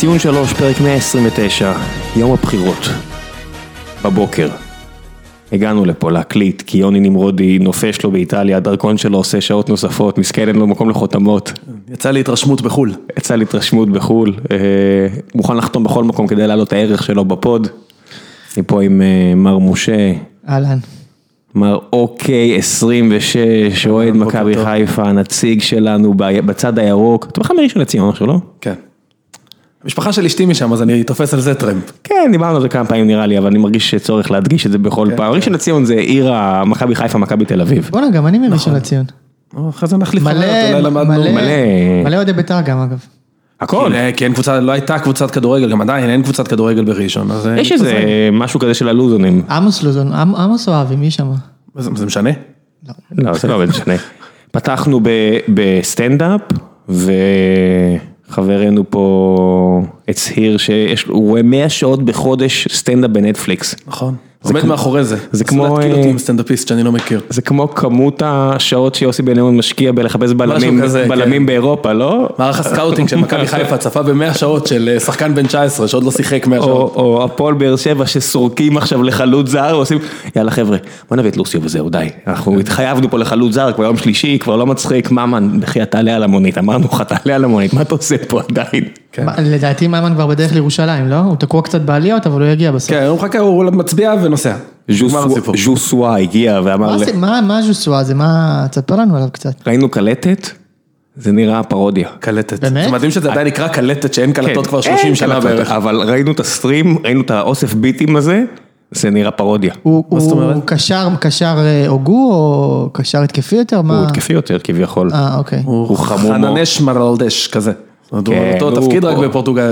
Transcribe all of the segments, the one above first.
ציון 3, פרק 129, יום הבחירות. בבוקר. הגענו לפה להקליט, כי יוני נמרודי נופש לו באיטליה, הדרכון שלו עושה שעות נוספות, מסכן אין לו מקום לחותמות. יצא לי התרשמות בחול. מוכן לחתום בכל מקום כדי להעלות את הערך שלו בפוד. אני פה עם מר משה. אהלן. מר אוקיי 26, אוהד מכבי חיפה, הנציג שלנו בצד הירוק. אתה בכלל מראשון לציון משהו, לא? כן. המשפחה של אשתי משם, אז אני תופס על זה טרמפ. כן, דיברנו על זה כמה פעמים נראה לי, אבל אני מרגיש שצורך להדגיש את זה בכל פעם. ראשון לציון זה עיר המכבי חיפה, מכבי תל אביב. בוא'נה, גם אני מראשון לציון. אחרי זה נחליף חלט, אולי למדנו. מלא אוהדי בית"ר גם, אגב. הכל. כי אין קבוצה, לא הייתה קבוצת כדורגל, גם עדיין אין קבוצת כדורגל בראשון. יש איזה משהו כזה של הלוזונים. עמוס לוזון, עמוס אוהבי, מי שם? זה משנה? לא, זה לא משנה. פתחנו בסטנדאפ, וחברנו פה הצהיר שהוא רואה 100 שעות בחודש סטנדאפ בנטפליקס. נכון. עומד מאחורי זה. זה כמו... להתקיל אותי עם סטנדאפיסט שאני לא מכיר. זה כמו כמות השעות שיוסי בן-און משקיע בלחפש בלמים באירופה, לא? מערך הסקאוטינג של מכבי חיפה צפה ב100 שעות של שחקן בן 19 שעוד לא שיחק 100 שעות. או הפועל באר שבע שסורקים עכשיו לחלוץ זר ועושים, יאללה חבר'ה, בוא נביא את לוסיו וזהו, די. אנחנו התחייבנו פה לחלוץ זר, כבר יום שלישי, כבר לא מצחיק, מאמן, בחייאת תעלה על המונית, אמרנו לך תעלה על המונית, מה אתה עושה פה עדיין? לדעתי מאמן כבר בדרך לירושלים, לא? הוא תקוע קצת בעליות, אבל הוא יגיע בסוף. כן, הוא מחכה, הוא מצביע ונוסע. ז'וסואה הגיע ואמר... מה ז'וסואה? זה מה... תספר לנו עליו קצת. ראינו קלטת, זה נראה פרודיה. קלטת. באמת? זה מדהים שזה עדיין נקרא קלטת, שאין קלטות כבר 30 שנה בערך. אבל ראינו את הסטרים, ראינו את האוסף ביטים הזה, זה נראה פרודיה. הוא קשר הוגו או קשר התקפי יותר? הוא התקפי יותר כביכול. אוקיי. הוא חננש מרלדש כזה. אותו תפקיד רק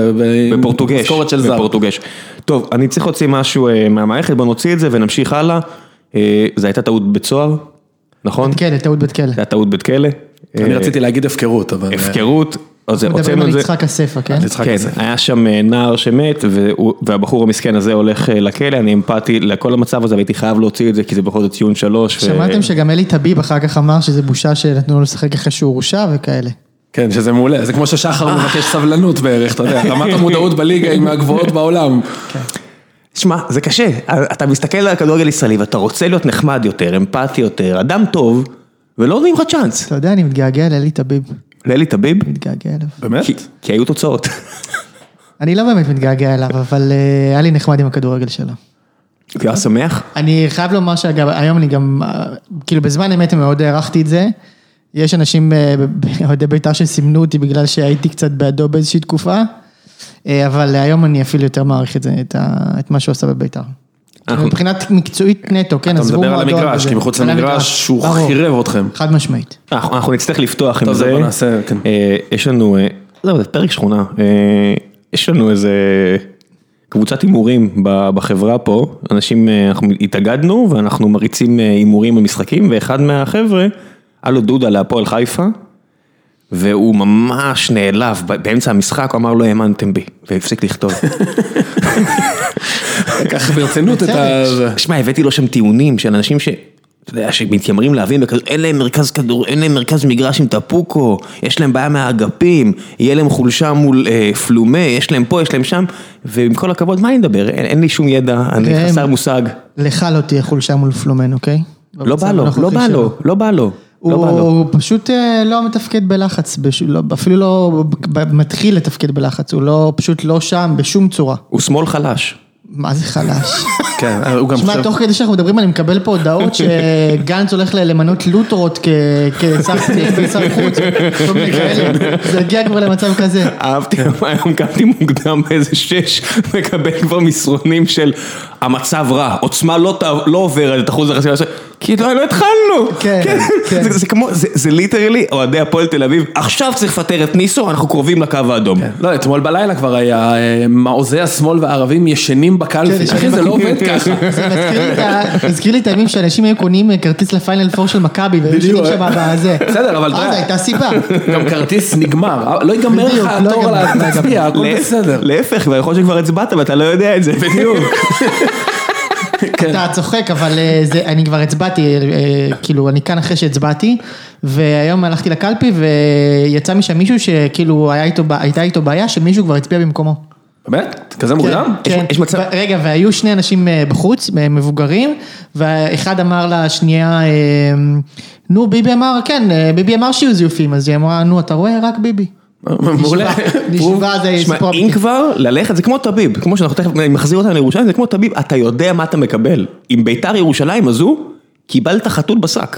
בפורטוגש. טוב, אני צריך להוציא משהו מהמערכת, בוא נוציא את זה ונמשיך הלאה. זה הייתה טעות בצוהר, נכון? טעות בית כלא. זה הייתה טעות בית כלא. אני רציתי להגיד הפקרות, אבל... הפקרות, מדברים על יצחק הספר, כן? כן, היה שם נער שמת, והבחור המסכן הזה הולך לכלא, אני אמפתי לכל המצב הזה, והייתי חייב להוציא את זה, כי זה בכל זאת ציון 3. שמעתם שגם אלי טביב אחר כך אמר שזה בושה שנתנו לו לשחק אחרי שהוא הורשע וכאלה. כן, שזה מעולה, זה כמו ששחר מבקש סבלנות בערך, אתה יודע, רמת המודעות בליגה היא מהגבוהות בעולם. תשמע, זה קשה, אתה מסתכל על הכדורגל ישראלי, ואתה רוצה להיות נחמד יותר, אמפתי יותר, אדם טוב, ולא נותנים לך צ'אנס. אתה יודע, אני מתגעגע לאלי טביב. לאלי טביב? מתגעגע אליו. באמת? כי היו תוצאות. אני לא באמת מתגעגע אליו, אבל היה לי נחמד עם הכדורגל שלו. אתה היה שמח? אני חייב לומר שאגב, היום אני גם, כאילו בזמן אמת מאוד הערכתי את זה, יש אנשים בעודי בית"ר שסימנו אותי בגלל שהייתי קצת בעדו באיזושהי תקופה, אבל היום אני אפילו יותר מעריך את זה, את מה שהוא עושה בבית"ר. מבחינת מקצועית נטו, כן, אתה מדבר על המגרש, כי מחוץ למגרש הוא חירב אתכם. חד משמעית. אנחנו נצטרך לפתוח עם זה. זה. בוא נעשה, כן. יש לנו, זה פרק שכונה, יש לנו איזה קבוצת הימורים בחברה פה, אנשים, אנחנו התאגדנו ואנחנו מריצים הימורים במשחקים, ואחד מהחבר'ה, היה לו דודה להפועל חיפה, והוא ממש נעלב, באמצע המשחק הוא אמר לא האמנתם בי, והפסיק לכתוב. ככה ברצינות את ה... שמע, הבאתי לו שם טיעונים של אנשים אתה יודע, שמתיימרים להבין, אין להם מרכז כדור, אין להם מרכז מגרש עם טפוקו, יש להם בעיה מהאגפים, יהיה להם חולשה מול פלומה, יש להם פה, יש להם שם, ועם כל הכבוד, מה אני מדבר? אין לי שום ידע, אני חסר מושג. לך לא תהיה חולשה מול פלומן, אוקיי? לא בא לו. הוא פשוט לא מתפקד בלחץ, אפילו לא מתחיל לתפקד בלחץ, הוא פשוט לא שם בשום צורה. הוא שמאל חלש. מה זה חלש? כן, הוא גם חושב... תוך כדי שאנחנו מדברים, אני מקבל פה הודעות שגנץ הולך למנות לוטרות כשר חוץ, זה הגיע כבר למצב כזה. אהבתי, היום קמתי מוקדם באיזה 6, מקבל כבר מסרונים של המצב רע, עוצמה לא עובר את אחוז החסימה, כי לא התחלנו. כן. זה כמו, זה ליטרלי, אוהדי הפועל תל אביב, עכשיו צריך לפטר את ניסו, אנחנו קרובים לקו האדום. לא, אתמול בלילה כבר היה, מעוזי השמאל והערבים ישנים בקלפי, אחי זה לא עובד ככה. זה מזכיר לי את הימים שאנשים היו קונים כרטיס לפיינל פור של מכבי, וישנים שם בזה. בסדר, אבל זו הייתה סיבה. גם כרטיס נגמר, לא ייגמר לך התור להצביע, הכל בסדר. להפך, ויכול שכבר הצבעת ואתה לא יודע את זה. בדיוק. אתה צוחק, אבל אני כבר הצבעתי, כאילו, אני כאן אחרי שהצבעתי, והיום הלכתי לקלפי, ויצא משם מישהו שכאילו הייתה איתו בעיה, שמישהו כבר הצביע במקומו. באמת? כזה מוקדם? כן, רגע, והיו שני אנשים בחוץ, מבוגרים, ואחד אמר לשנייה, נו, ביבי אמר, כן, ביבי אמר שיהיו זיופים, אז היא אמרה, נו, אתה רואה, רק ביבי. מעולה. נשבע זה סיפור. אם כבר ללכת, זה כמו טביב, כמו שאנחנו תכף מחזיר אותנו לירושלים, זה כמו טביב, אתה יודע מה אתה מקבל. עם ביתר ירושלים הזו, קיבלת חתול בשק.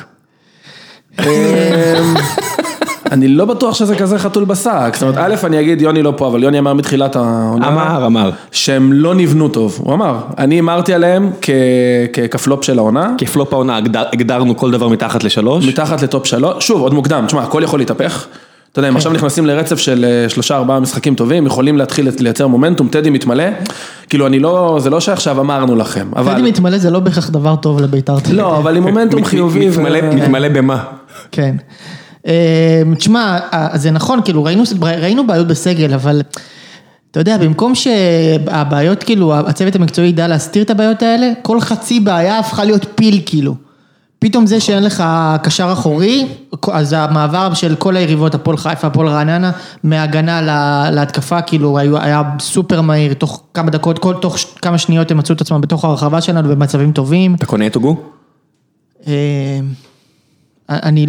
אני לא בטוח שזה כזה חתול בשק, זאת אומרת, א', אני אגיד, יוני לא פה, אבל יוני אמר מתחילת העונה, אמר. שהם לא נבנו טוב, הוא אמר, אני אמרתי עליהם כפלופ של העונה, כפלופ העונה, הגדרנו כל דבר מתחת ל3. מתחת לטופ 3, שוב, עוד מוקדם, תשמע, הכל יכול להתהפך, אתה יודע, אם עכשיו נכנסים לרצף של 3-4 משחקים טובים, יכולים להתחיל לייצר מומנטום, טדי מתמלא, כאילו אני לא, זה לא שעכשיו אמרנו לכם, אבל... טדי מתמלא זה לא בהכרח דבר טוב לביתר. לא, אבל עם מומנטום חיובי. מתמלא במה? כן. תשמע, זה נכון, כאילו ראינו בעיות בסגל, אבל אתה יודע, במקום שהבעיות, כאילו, הצוות המקצועי ידע להסתיר את הבעיות האלה, כל חצי בעיה הפכה להיות פיל, כאילו. פתאום זה שאין לך קשר אחורי, אז המעבר של כל היריבות, הפועל חיפה, הפועל רעננה, מהגנה להתקפה, כאילו היה סופר מהיר, תוך כמה דקות, תוך כמה שניות הם מצאו את עצמם בתוך הרחבה שלנו, במצבים טובים. אתה קונה את הוגו? אני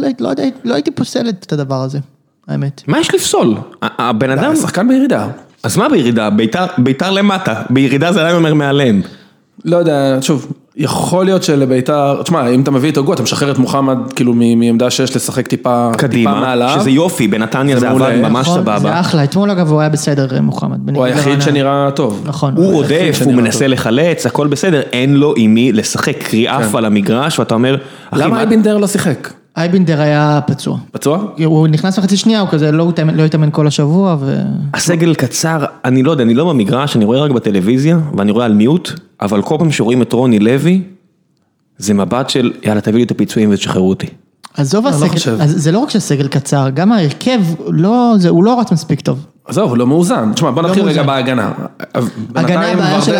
לא הייתי פוסלת את הדבר הזה, האמת. מה יש לפסול? הבן אדם... שחקן בירידה. אז מה בירידה? ביתר למטה. בירידה זה עדיין אומר מעליהם. לא יודע, שוב, יכול להיות שלביתר, תשמע, אם אתה מביא את הוגו, אתה משחרר את מוחמד, כאילו מעמדה 6 לשחק טיפה מעליו. שזה יופי, בנתניה זה עבד ממש סבבה. זה אחלה, אתמול אגב הוא היה בסדר מוחמד. הוא היחיד שנראה טוב. נכון. הוא רודף, הוא מנסה לחלץ, הכל בסדר, אין לו עם מי לשחק קריאף על המגרש, ואתה אומר... למה אייבינדר לא שיחק? אייבינדר היה פצוע. פצוע? הוא נכנס לחצי שנייה, הוא כזה לא התאמן כל השבוע. הסגל קצר, אני לא יודע, אני לא במגרש, אני רואה רק בטלוויזיה, ואני רואה על מיוט, אבל כל פעם שרואים את רוני לוי, זה מבט של, יאללה, תביא לי את הפיצויים ותשחררו אותי. עזוב הסגל, זה לא רק שהסגל קצר, גם ההרכב, הוא לא רץ מספיק טוב. עזוב, הוא לא מאוזן. תשמע, בוא נתחיל רגע בהגנה. הגנה הבעיה של...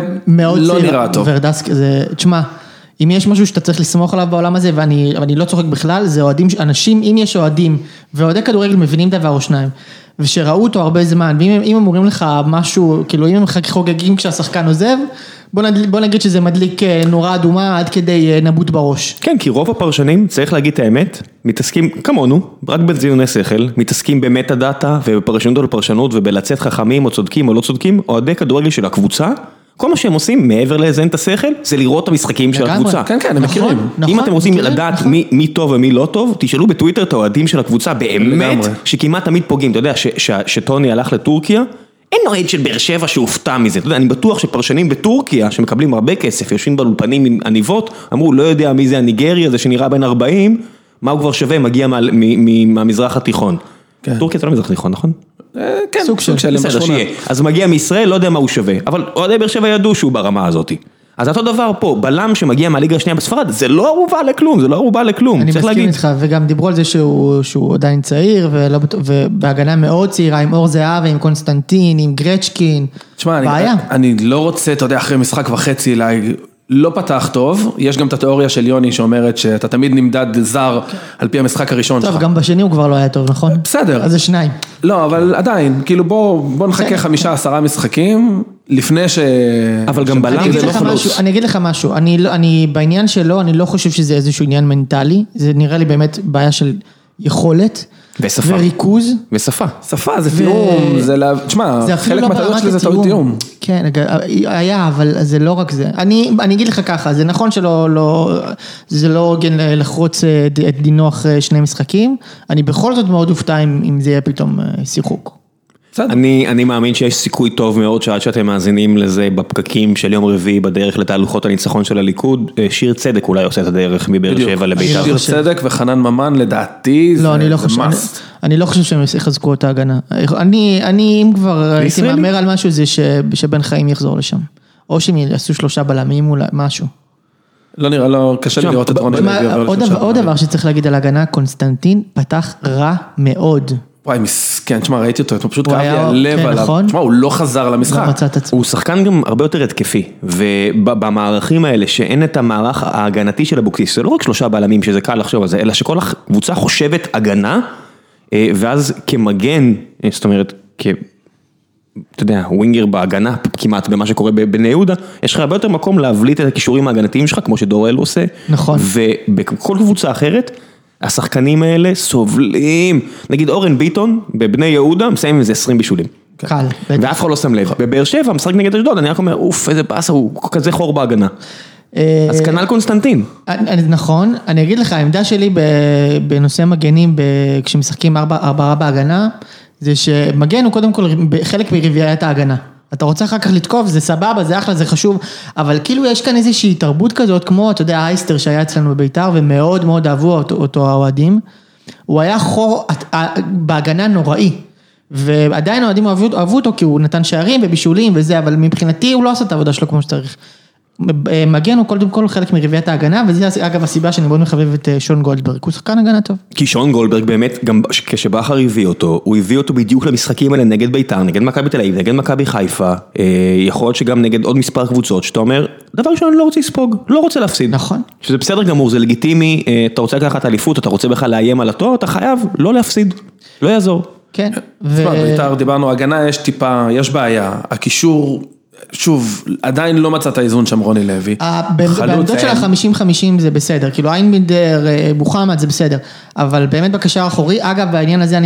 לא נראה טוב. ורדסקה, תשמע, אם יש משהו שאתה צריך לסמוך עליו בעולם הזה, ואני לא צוחק בכלל, זה אנשים, אם יש אוהדים, ואוהדי כדורגל מבינים דבר או שניים, ושראו אותו הרבה זמן, ואם הם אומרים לך משהו, כאילו אם הם חוגגים כשהשחקן עוזב, בוא נגיד שזה מדליק נורה אדומה עד כדי נבוט בראש. כן, כי רוב הפרשנים, צריך להגיד את האמת, מתעסקים כמונו, רק בזיוני שכל, מתעסקים במטה דאטה ובפרשנות או לפרשנות ובלצאת חכמים או צודקים או לא צודקים, אוהדי כדורגל של הקבוצה, כל מה שהם עושים מעבר לזיין את השכל, זה לראות את המשחקים של הקבוצה. כן, כן, הם מכירים. אם אתם רוצים לדעת מי טוב ומי לא טוב, תשאלו בטוויטר את האוהדים של הקבוצה, באמת, שכמעט תמיד פוגעים. אתה יודע, שטוני הלך לטורקיה, אין אוהד של באר שבע שהופתע מזה. אתה יודע, אני בטוח שפרשנים בטורקיה, שמקבלים הרבה כסף, יושבים באולפנים עם עניבות, אמרו, לא יודע מי זה הניגרי הזה שנראה בין 40, מה הוא כבר שווה, מגיע מהמזרח התיכון. טורקיה זה לא מזרח התיכון, נכון? כן, סוג של אז הוא מגיע מישראל, לא יודע מה הוא שווה, אבל אוהדי באר שבע ידעו שהוא ברמה הזאת. אז אותו דבר פה, בלם שמגיע מהליגה השנייה בספרד, זה לא ערובה לכלום, זה לא ערובה לכלום, אני מסכים איתך, וגם דיברו על זה שהוא עדיין צעיר, ובהגנה מאוד צעירה, עם אור זהב, עם קונסטנטין, עם גרצ'קין, בעיה. אני לא רוצה, אתה יודע, אחרי משחק וחצי, לא פתח טוב, יש גם את התיאוריה של יוני שאומרת שאתה תמיד נמדד זר על פי המשחק הראשון שלך. טוב, גם בשני הוא כבר לא היה טוב, נכון? בסדר. אז זה 2. לא, אבל עדיין, כאילו בוא נחכה 5-10 משחקים, לפני ש... אבל גם בלם זה לא חלוץ. אני אגיד לך משהו, אני בעניין שלו, אני לא חושב שזה איזשהו עניין מנטלי, זה נראה לי באמת בעיה של יכולת. ושפה. וריכוז. ושפה. שפה, זה תיאום, תשמע, חלק מהטעויות שלי זה טעות תיאום. כן, היה, אבל זה לא רק זה. אני אגיד לך ככה, זה נכון זה לא הוגן לחרוץ את דינו אחרי 2 משחקים, אני בכל זאת מאוד אופתע אם זה יהיה פתאום שיחוק. אני מאמין שיש סיכוי טוב מאוד שעד שאתם מאזינים לזה בפקקים של יום רביעי בדרך לתהלוכות הניצחון של הליכוד, שיר צדק אולי עושה את הדרך מבאר שבע לביתר. שיר צדק וחנן ממן לדעתי זה must. אני לא חושב שהם יחזקו את ההגנה. אם כבר הייתי מאמר על משהו זה שבן חיים יחזור לשם. או שהם יעשו 3 בלמים אולי משהו. לא נראה, לא קשה לי לראות את רוני. עוד דבר שצריך להגיד על ההגנה, קונסטנטין פתח רע מאוד. וואי, מסכן, תשמע, ראיתי אותו, פשוט הוא כאב לי היה- הלב כן, עליו. נכון. תשמע, הוא לא חזר למשחק. לא מצא את עצמו. הוא שחקן גם הרבה יותר התקפי, ובמערכים האלה שאין את המערך ההגנתי של אבוקסיס, זה לא רק 3 בלמים שזה קל לחשוב על זה, אלא שכל הקבוצה חושבת הגנה, ואז כמגן, זאת אומרת, אתה יודע, ווינגר בהגנה כמעט במה שקורה בבני יהודה, יש לך הרבה יותר מקום להבליט את הכישורים ההגנתיים שלך, כמו שדורל עושה. נכון. ובכל קבוצה אחרת, השחקנים האלה סובלים. נגיד אורן ביטון, בבני יהודה, מסיים עם זה 20 בישולים. קל. ואף אחד לא שם לב. בבאר שבע, משחק נגד אשדוד, אני רק אומר, אוף, איזה באסה, הוא כזה חור בהגנה. אז כנ"ל קונסטנטין. נכון, אני אגיד לך, העמדה שלי בנושא מגנים, כשמשחקים 4 בהגנה, זה שמגן הוא קודם כל חלק מרביעיית ההגנה. אתה רוצה אחר כך לתקוף, זה סבבה, זה אחלה, זה חשוב, אבל כאילו יש כאן איזושהי תרבות כזאת, כמו, אתה יודע, אייסטר שהיה אצלנו בביתר, ומאוד מאוד אהבו אותו האוהדים, הוא היה חור בהגנה נוראי, ועדיין האוהדים אהבו אותו, כי הוא נתן שערים ובישולים וזה, אבל מבחינתי הוא לא עשה את העבודה שלו כמו שצריך. מגן הוא קודם כל חלק מרביעיית ההגנה, וזה אגב הסיבה שאני מאוד מחבב את שון גולדברג, הוא שחקן הגנה טוב. כי שון גולדברג באמת, גם כשבכר הביא אותו, הוא הביא אותו בדיוק למשחקים האלה נגד ביתר, נגד מכבי תל אביב, נגד מכבי חיפה, יכול להיות שגם נגד עוד מספר קבוצות, שאתה אומר, דבר ראשון, אני לא רוצה לספוג, לא רוצה להפסיד. נכון. שזה בסדר גמור, זה לגיטימי, אתה רוצה לקחת אליפות, אתה רוצה בכלל לאיים על התואר, אתה חייב לא להפסיד, לא יעזור. כן. ביתר דיברנו, הגנה יש טיפה, יש בעיה, הקישור, שוב, עדיין לא מצאת האיזון שם רוני לוי. בעמדות של ה-50-50 זה בסדר, כאילו איינבינדר, מוחמד זה בסדר, אבל באמת בקשר האחורי, אגב בעניין הזה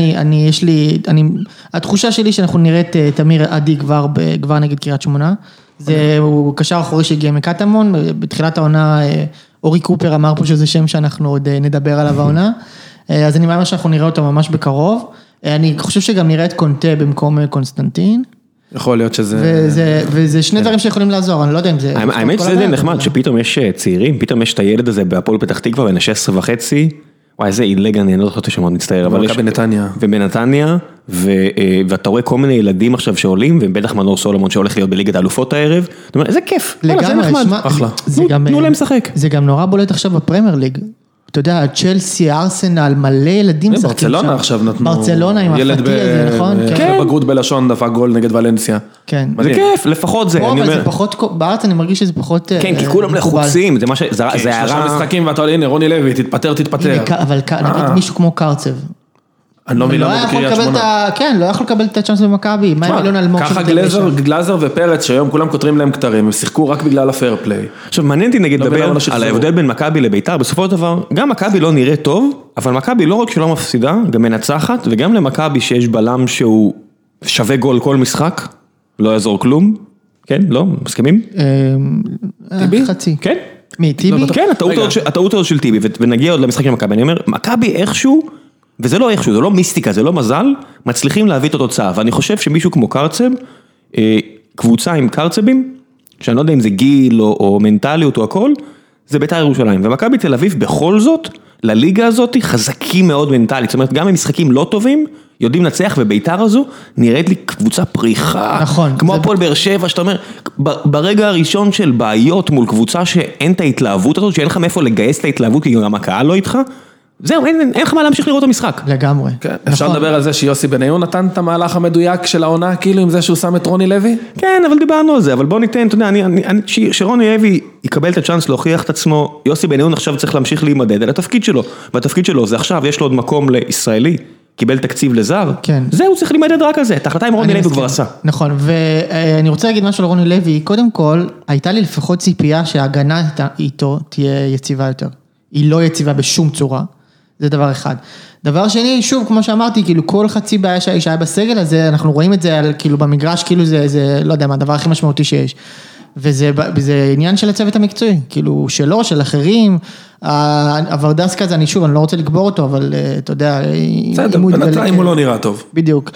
התחושה שלי שאנחנו נראה את תמיר עדי כבר נגד קריית שמונה, הוא קשר האחורי שהגיע מקטמון, בתחילת העונה אורי קופר אמר פה שזה שם שאנחנו עוד נדבר עליו העונה, אז אני מאמין שאנחנו נראה אותו ממש בקרוב, אני חושב שגם נראה את קונטה במקום קונסטנטין, יכול להיות שזה... וזה שני דברים שיכולים לעזור, אני לא יודע אם זה... האמת שזה די נחמד, שפתאום יש צעירים, פתאום יש את הילד הזה בהפועל פתח תקווה, בן 16 וחצי, וואי איזה עילג, אני לא זוכר שמות מצטער, אבל יש... בנתניה. ובנתניה, ואתה רואה כל מיני ילדים עכשיו שעולים, ובטח מנור סולומון שהולך להיות בליגת האלופות הערב, אתה אומר, איזה כיף, זה נחמד, אחלה. תנו להם לשחק. זה גם נורא בולט עכשיו בפרמייר ליג. אתה יודע, צ'לסי, ארסנל, מלא ילדים משחקים שם. ברצלונה עכשיו נתנו... ברצלונה עם הפתי הזה, נכון? כן. בגרות בלשון דפק גול נגד ולנסיה. כן. זה כיף, לפחות זה, אני אומר. בארץ אני מרגיש שזה פחות... כן, כי כולם לחוצים, זה מה ש... זה שלושה משחקים ואתה הנה, רוני לוי, תתפטר. אבל נגיד מישהו כמו קרצב. אני לא מבין למה בקריית שמונה. כן, לא יכול לקבל את הצ'אנס במכבי. מה עם אילון אלמוג? ככה גלאזר ופרץ, שהיום כולם כותרים להם כתרים, הם שיחקו רק בגלל הפייר פליי. עכשיו, מעניין אותי נגיד לדבר על ההבדל בין מכבי לביתר, בסופו של דבר, גם מכבי לא נראה טוב, אבל מכבי לא רק שלא מפסידה, גם מנצחת, וגם למכבי שיש בלם שהוא שווה גול כל משחק, לא יעזור כלום, כן, לא, מסכימים? טיבי? חצי. כן? מי, טיבי? כן, הטעות הזאת של טיבי, ונגיע עוד למשחק של מכבי, אני אומר, מכבי איכשהו, וזה לא איכשהו, זה לא מיסטיקה, זה לא מזל, מצליחים להביא את התוצאה, ואני חושב שמישהו כמו קרצב, קבוצה עם קרצבים, שאני לא יודע אם זה גיל או מנטליות או הכל, זה בית"ר ירושלים, ומכבי תל אביב בכל זאת, לליגה הזאת חזקים מאוד מנטלית, זאת אומרת גם במשחקים לא טובים, יודעים לנצח, ובית"ר הזו נראית לי קבוצה פריחה, נכון, כמו הפועל באר שבע, שאתה אומר, ברגע הראשון של בעיות מול קבוצה שאין את ההתלהבות הזאת, שאין לך מאיפה לגייס את ההתלהבות, כי גם הקהל לא איתך, זהו, אין לך מה להמשיך לראות את המשחק. לגמרי. אפשר לדבר על זה שיוסי בניון נתן את המהלך המדויק של העונה, כאילו עם זה שהוא שם את רוני לוי? כן, אבל דיברנו על זה, אבל בוא ניתן, אתה יודע, שרוני לוי יקבל את הצ'אנס להוכיח את עצמו, יוסי בניון עכשיו צריך להמשיך להימדד על התפקיד שלו, והתפקיד שלו זה עכשיו, יש לו עוד מקום לישראלי, קיבל תקציב לזר, זהו, צריך להימדד רק על זה, את ההחלטה עם רוני לוי הוא כבר עשה. נכון, ואני רוצה להגיד משהו לרוני לוי, קודם כל, הייתה לי לפחות ציפייה שההגנה איתו תהיה יציבה יותר. היא לא יציבה בשום צורה. זה דבר אחד. דבר שני, שוב, כמו שאמרתי, כאילו כל חצי בעיה שהיה בסגל הזה, אנחנו רואים את זה כאילו במגרש, כאילו זה, לא יודע מה, הדבר הכי משמעותי שיש. וזה עניין של הצוות המקצועי, כאילו שלו, של אחרים, הוורדסק הזה, אני לא רוצה לקבור אותו, אבל אתה יודע, בסדר, בינתיים הוא לא נראה טוב. בדיוק.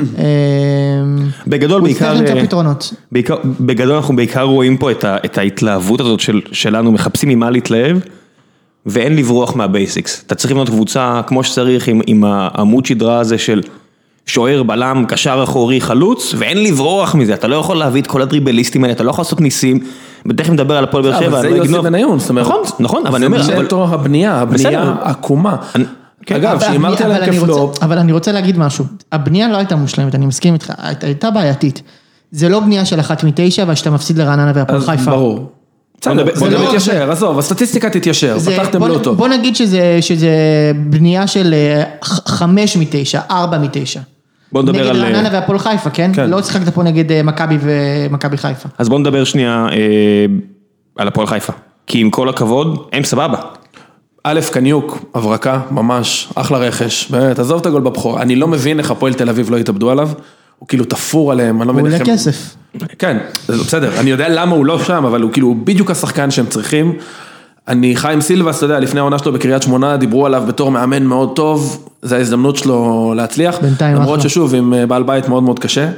בגדול, בעיקר, בגדול אנחנו בעיקר רואים פה את ההתלהבות הזאת שלנו, מחפשים ממה להתלהב, ואין לברוח מהבייסיקס. אתה צריך לבנות קבוצה כמו שצריך עם העמוד שדרה הזה של שוער, בלם, קשר אחורי, חלוץ, ואין לברוח מזה. אתה לא יכול להביא את כל הדריבליסטים האלה, אתה לא יכול לעשות ניסים, בדרך מדבר על הפועל באר שבע. אבל זה יוסי בניון, זאת אומרת. נכון, אבל אני אומר... זה נטו הבנייה עקומה. אגב, שאימרתי עליהם כפלופ. אבל אני רוצה להגיד משהו, הבנייה לא הייתה מושלמת, אני מסכים איתך, הייתה בעייתית. זה לא בנייה של 1-9, ושאתה מפסיד לרעננה והפועל חיפה. ברור. בוא נתיישר, עזוב, הסטטיסטיקה תתיישר, פתחתם לא טוב. בוא נגיד שזה בנייה של 5-9, 4-9. בוא נדבר נגד על... רעננה והפועל חיפה, כן? לא שיחקת פה נגד מכבי ומכבי חיפה. אז בוא נדבר שנייה על הפועל חיפה. כי עם כל הכבוד, הם סבבה. א', קניוק, הברקה, ממש, אחלה רכש. באמת, עזוב את הגול בבחור. אני לא מבין איך הפועל תל אביב לא התאבדו עליו. הוא כאילו תפור עליהם, אני לא מבין הוא איך עולה כסף. כן, בסדר. אני יודע למה הוא לא שם, אבל הוא כאילו בדיוק השחקן שהם צריכים. אני חיים סילבס, אתה יודע, לפני העונה שלו בקריית שמונה, דיברו עליו בתור מאמן מאוד טוב, זו ההזדמנות שלו להצליח. בינתיים אחלה. למרות ששוב, עם בעל בית מאוד מאוד קשה.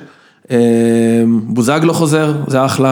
בוזג לא חוזר, זה אחלה.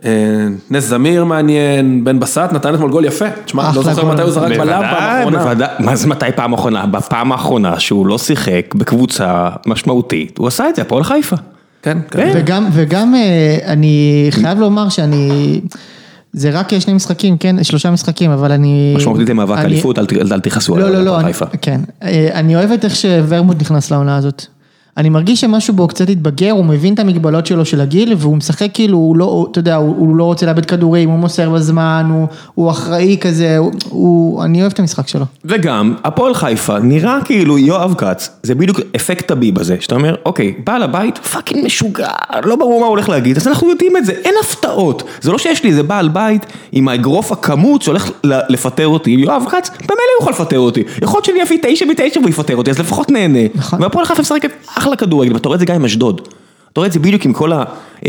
נס זמיר מעניין, בן בסט נתן אתמול גול יפה. תשמע, לא זוכר מתי הוא זרק בלב פעם האחרונה. מה זה מתי פעם האחרונה? בפעם האחרונה שהוא לא שיחק בקבוצה משמעותית, הוא עשה את זה, הפועל חיפה. כן, וגם אני חייב לומר שאני... זה רק 2 משחקים, כן, 3 משחקים, אבל אני... משמעותית עם מאבק אליפות, אל תכעסו על הפועל חיפה. כן, אני אוהבת איך שוורמוט נכנס לעונה הזאת. אני מרגיש שמשהו בו קצת התבגר, הוא מבין את המגבלות שלו של הגיל, והוא משחק כאילו, הוא לא, אתה יודע, הוא לא רוצה לאבד כדורים, הוא מוסר בזמן, הוא אחראי כזה, אני אוהב את המשחק שלו. וגם, הפועל חיפה נראה כאילו יואב כץ, זה בדיוק אפקט טביב הזה, שאתה אומר, אוקיי, בעל הבית, פאקינג משוגע, לא ברור מה הוא הולך להגיד, אז אנחנו יודעים את זה, אין הפתעות, זה לא שיש לי איזה בעל בית עם האגרוף הכמות שהולך לפטר אותי, יואב כץ, במילא הוא יכול לפטר אותי, יכול להיות שאני אביא 9-9 והוא יפטר אותי, אז לפחות נהנה. והפועל חיפה משחקת אחלה כדורגל, ואתה רואה את זה גם עם אשדוד, אתה רואה את זה בדיוק עם כל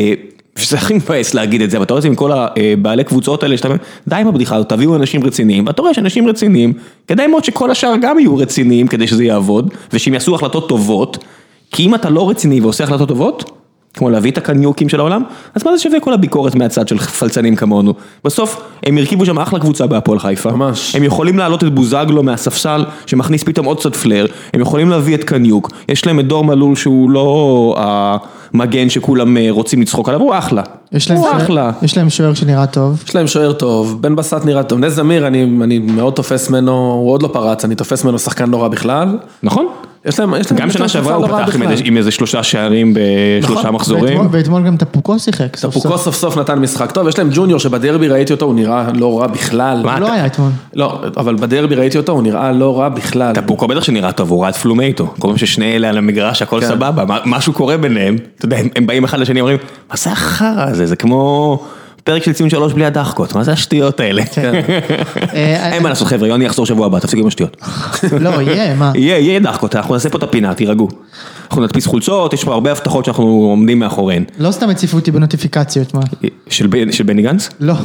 זה הכי מבאס להגיד את זה, ואתה רואה את זה עם כל הבעלי קבוצות האלה, שאתה אומר, די עם הבדיחה, תביאו אנשים רציניים, ואתה רואה שאנשים רציניים, כדאי מאוד שכל השאר גם יהיו רציניים, כדי שזה יעבוד, ושהם יעשו החלטות טובות, כי אם אתה לא רציני ועושה החלטות טובות, כמו להביא את הקניוקים של העולם, אז מה זה שווה כל הביקורת מהצד של פלצנים כמונו? בסוף, הם הרכיבו שם אחלה קבוצה בהפועל חיפה. ממש. הם יכולים להעלות את בוזגלו מהספסל, שמכניס פתאום עוד קצת פלר. הם יכולים להביא את קניוק. יש להם את דור מלול שהוא לא המגן שכולם רוצים לצחוק עליו, הוא אחלה. הוא אחלה. יש להם שוער שנראה טוב. יש להם שוער טוב, בן בסט נראה טוב. נס זמיר, אני מאוד תופס ממנו, הוא עוד לא פרץ, אני תופס ממנו שחקן לא רע בכלל. נכון. גם שנה שעברה הוא פתח עם איזה 3 שערים ב3 מחזורים. ואתמול גם טפוקו שיחק. טפוקו סוף סוף נתן משחק טוב, יש להם ג'וניור שבדרבי ראיתי אותו, הוא נראה לא רע בכלל. הוא לא היה אתמול. לא, אבל בדרבי ראיתי אותו, הוא נראה לא רע בכלל. טפוקו בטח שנראה טוב, הוא ראה את פלומייטו, קוראים ששני אלה על המגרש, הכל סבבה, משהו קורה ביניהם, אתה יודע, הם באים אחד לשני, אומרים, מה זה החרא הזה, זה כמו... פרק של ציון 3 בלי הדחקות, מה זה השטויות האלה? אין מה לעשות חבר'ה, יוני יחזור שבוע הבא, תפסיקו עם השטויות. לא, יהיה, מה? יהיה דחקות, אנחנו נעשה פה את הפינה, תירגעו. אנחנו נדפיס חולצות, יש פה הרבה הבטחות שאנחנו עומדים מאחוריהן. לא סתם הציפו אותי בנוטיפיקציות, מה? של בני גנץ? לא,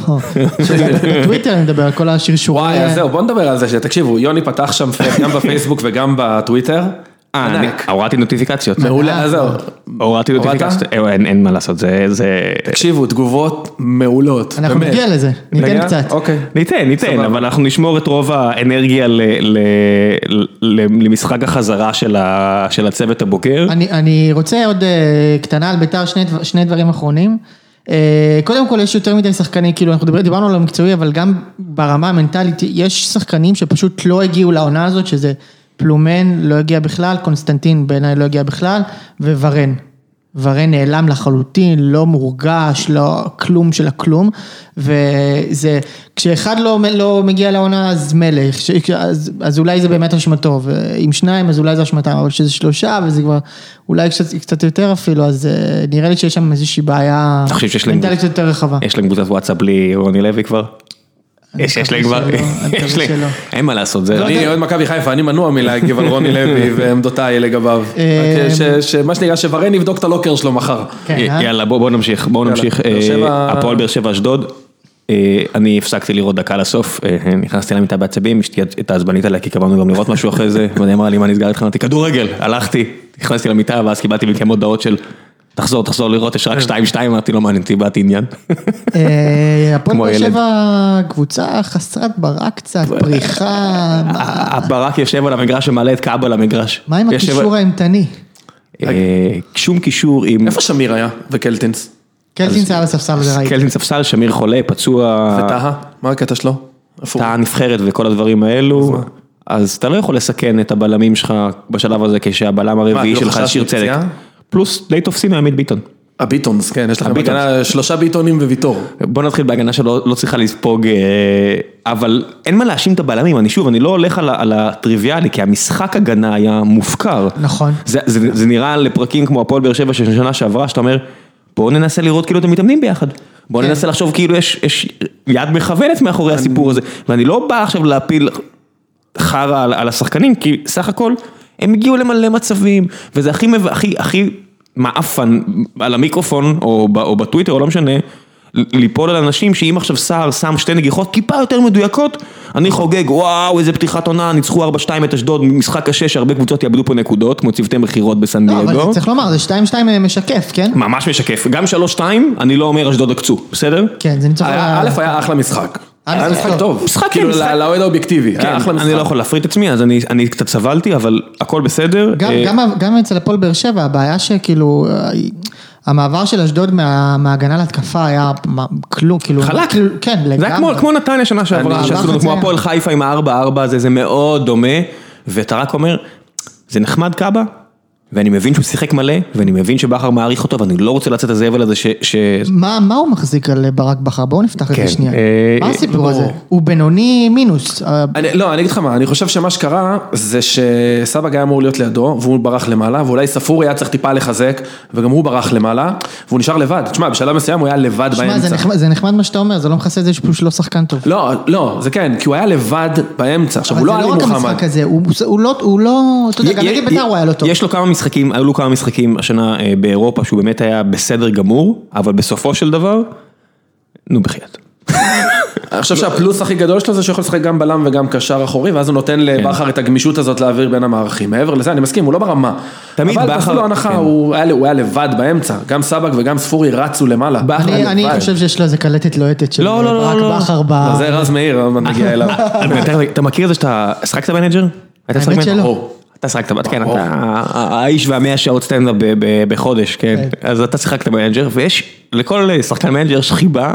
בטוויטר אני מדבר על כל השרשור. וואי, אז זהו, בוא נדבר על זה, שתקשיבו, יוני פתח שם גם בפייסבוק וגם בטוויטר. הורדתי נוטיפיקציות. מעולה, אז זהו. הורדתי נוטיפיקציות, אין מה לעשות, זה... תקשיבו, תגובות מעולות. אנחנו נגיע לזה, ניתן קצת. אוקיי. ניתן, אבל אנחנו נשמור את רוב האנרגיה למשחק החזרה של הצוות הבוגר. אני רוצה עוד קטנה על בית"ר, שני דברים אחרונים. קודם כל יש יותר מדי שחקנים, כאילו אנחנו דיברנו על המקצועי, אבל גם ברמה המנטלית, יש שחקנים שפשוט לא הגיעו לעונה הזאת, שזה פלומן לא הגיע בכלל, קונסטנטין בעיניי לא הגיע בכלל, וורן. ורן נעלם לחלוטין, לא מורגש, לא כלום של הכלום, וזה, כשאחד לא מגיע לעונה, אז מלך, אז אולי זה באמת אשמתו, ועם 2, אז אולי זה אשמתם, אבל שזה 3, וזה כבר, אולי קצת יותר אפילו, אז נראה לי שיש שם איזושהי בעיה, מנטלית יותר רחבה. יש להם קבוצת וואטסאפ בלי רוני לוי כבר? יש להם כבר, אין מה לעשות, זה... אני אוהד מכבי חיפה, אני מנוע מלהגיב על רוני לוי ועמדותיי לגביו. מה שנראה שוורן יבדוק את הלוקר שלו מחר. יאללה, בוא נמשיך, הפועל באר שבע אשדוד, אני הפסקתי לראות דקה לסוף, נכנסתי למיטה בעצבים, אשתי את העצבנית עליה, כי קבענו גם לראות משהו אחרי זה, ואני אמרה לי, מה נסגר איתך? אמרתי, כדורגל, הלכתי, נכנסתי למיטה, ואז קיבלתי מכם הודעות של... תחזור לראות, יש רק 2-2, אמרתי לא מעניין, באתי עניין. הפועל באר שבע קבוצה חסרת ברק קצת, פריחה. הברק יושב על המגרש ומעלה את קאבה למגרש. מה עם הקישור האימתני? שום קישור עם... איפה שמיר היה וקלטינס? קלטינס היה לספסל, זה ראיתי. קלטינס ספסל, שמיר חולה, פצוע... וטהה, מה הקטע שלו? טהה נבחרת וכל הדברים האלו. אז אתה לא יכול לסכן את הבלמים שלך בשלב הזה, כשהבלם הרביעי שלך שיר צדק. פלוס די תופסים מהעמית ביטון. הביטונס, כן, יש לכם בהגנה 3 ביטונים וויתור. בוא נתחיל בהגנה שלא צריכה לספוג, אבל אין מה להאשים את הבלמים, אני לא הולך על הטריוויאלי, כי המשחק הגנה היה מופקר. נכון. זה נראה לפרקים כמו הפועל באר שבע של שנה שעברה, שאתה אומר, בואו ננסה לראות כאילו אתם מתאמנים ביחד. בואו ננסה לחשוב כאילו יש יד מכוונת מאחורי הסיפור הזה, ואני לא בא עכשיו להפיל חרא על השחקנים, כי סך הכל הם הגיעו למלא מצבים, וזה הכי מאפן על המיקרופון, או בטוויטר, או לא משנה, ליפול על אנשים שאם עכשיו סער שם 2 נגיחות, טיפה יותר מדויקות, אני חוגג, וואו, איזה פתיחת עונה, ניצחו 4-2 את אשדוד, משחק קשה, שהרבה קבוצות יאבדו פה נקודות, כמו צוותי מחירות בסן דייגו. לא, אבל צריך לומר, זה 2-2 משקף, כן? ממש משקף, גם 3-2, אני לא אומר אשדוד עקצו, בסדר? כן, זה נמצא... א' היה אחלה משחק. היה משחק טוב. כאילו לאוהד האובייקטיבי. אני לא יכול להפריט את עצמי, אז אני קצת סבלתי, אבל הכל בסדר. גם אצל הפועל באר שבע, הבעיה שכאילו, המעבר של אשדוד מההגנה להתקפה היה כלום, כאילו... חלק. כן, לגמרי. זה היה כמו נתניה שנה שעברה, כמו הפועל חיפה עם ה-4-4, זה מאוד דומה, ואתה רק אומר, זה נחמד קאבה, ואני מבין שהוא שיחק מלא, ואני מבין שבחר מעריך אותו, ואני לא רוצה לצאת הזבל הזה מה הוא מחזיק על ברק בחר? בואו נפתח את זה שנייה. מה הסיפור הזה? הוא בינוני מינוס. לא, אני אגיד לך מה, אני חושב שמה שקרה, זה שסבג היה אמור להיות לידו, והוא ברח למעלה, ואולי ספורי היה צריך טיפה לחזק, וגם הוא ברח למעלה, והוא נשאר לבד. תשמע, בשלב מסוים הוא היה לבד באמצע. זה נחמד מה שאתה אומר, זה לא מכסה את זה שהוא לא שחקן טוב. לא, זה כן, כי הוא היה לבד באמצע. עכשיו, הוא לא עלי מוחמד. הוא לא, אתה יודע, גם נגיד בית"ר הוא היה לא טוב. יש לו כמה משחקים, היו לו כמה משחקים השנה באירופה, שהוא באמת היה בסדר גמור, אבל בסופו של דבר, נו בחייאת. אני חושב שהפלוס הכי גדול שלו זה שיכול לשחק גם בלם וגם קשר אחורי, ואז הוא נותן לבחר את הגמישות הזאת להעביר בין המערכים. מעבר לזה, אני מסכים, הוא לא ברמה. תמיד אבל בחר... אפילו הנחה, הוא היה לבד באמצע. גם סבק וגם ספורי רצו למעלה. אני חושב שיש לו איזה קלטת לוהטת של ברק בחר ב... זה רז מאיר, נגיע אליו. אתה מכיר את זה שאתה שחקת מנג'ר? האמת שלא. אתה שחקת, כן, אתה האיש וה100 שעות סטנדאפ בחודש, כן. אז אתה שחקת מנג'ר, ויש לכל שחקן מנג'ר יש חיבה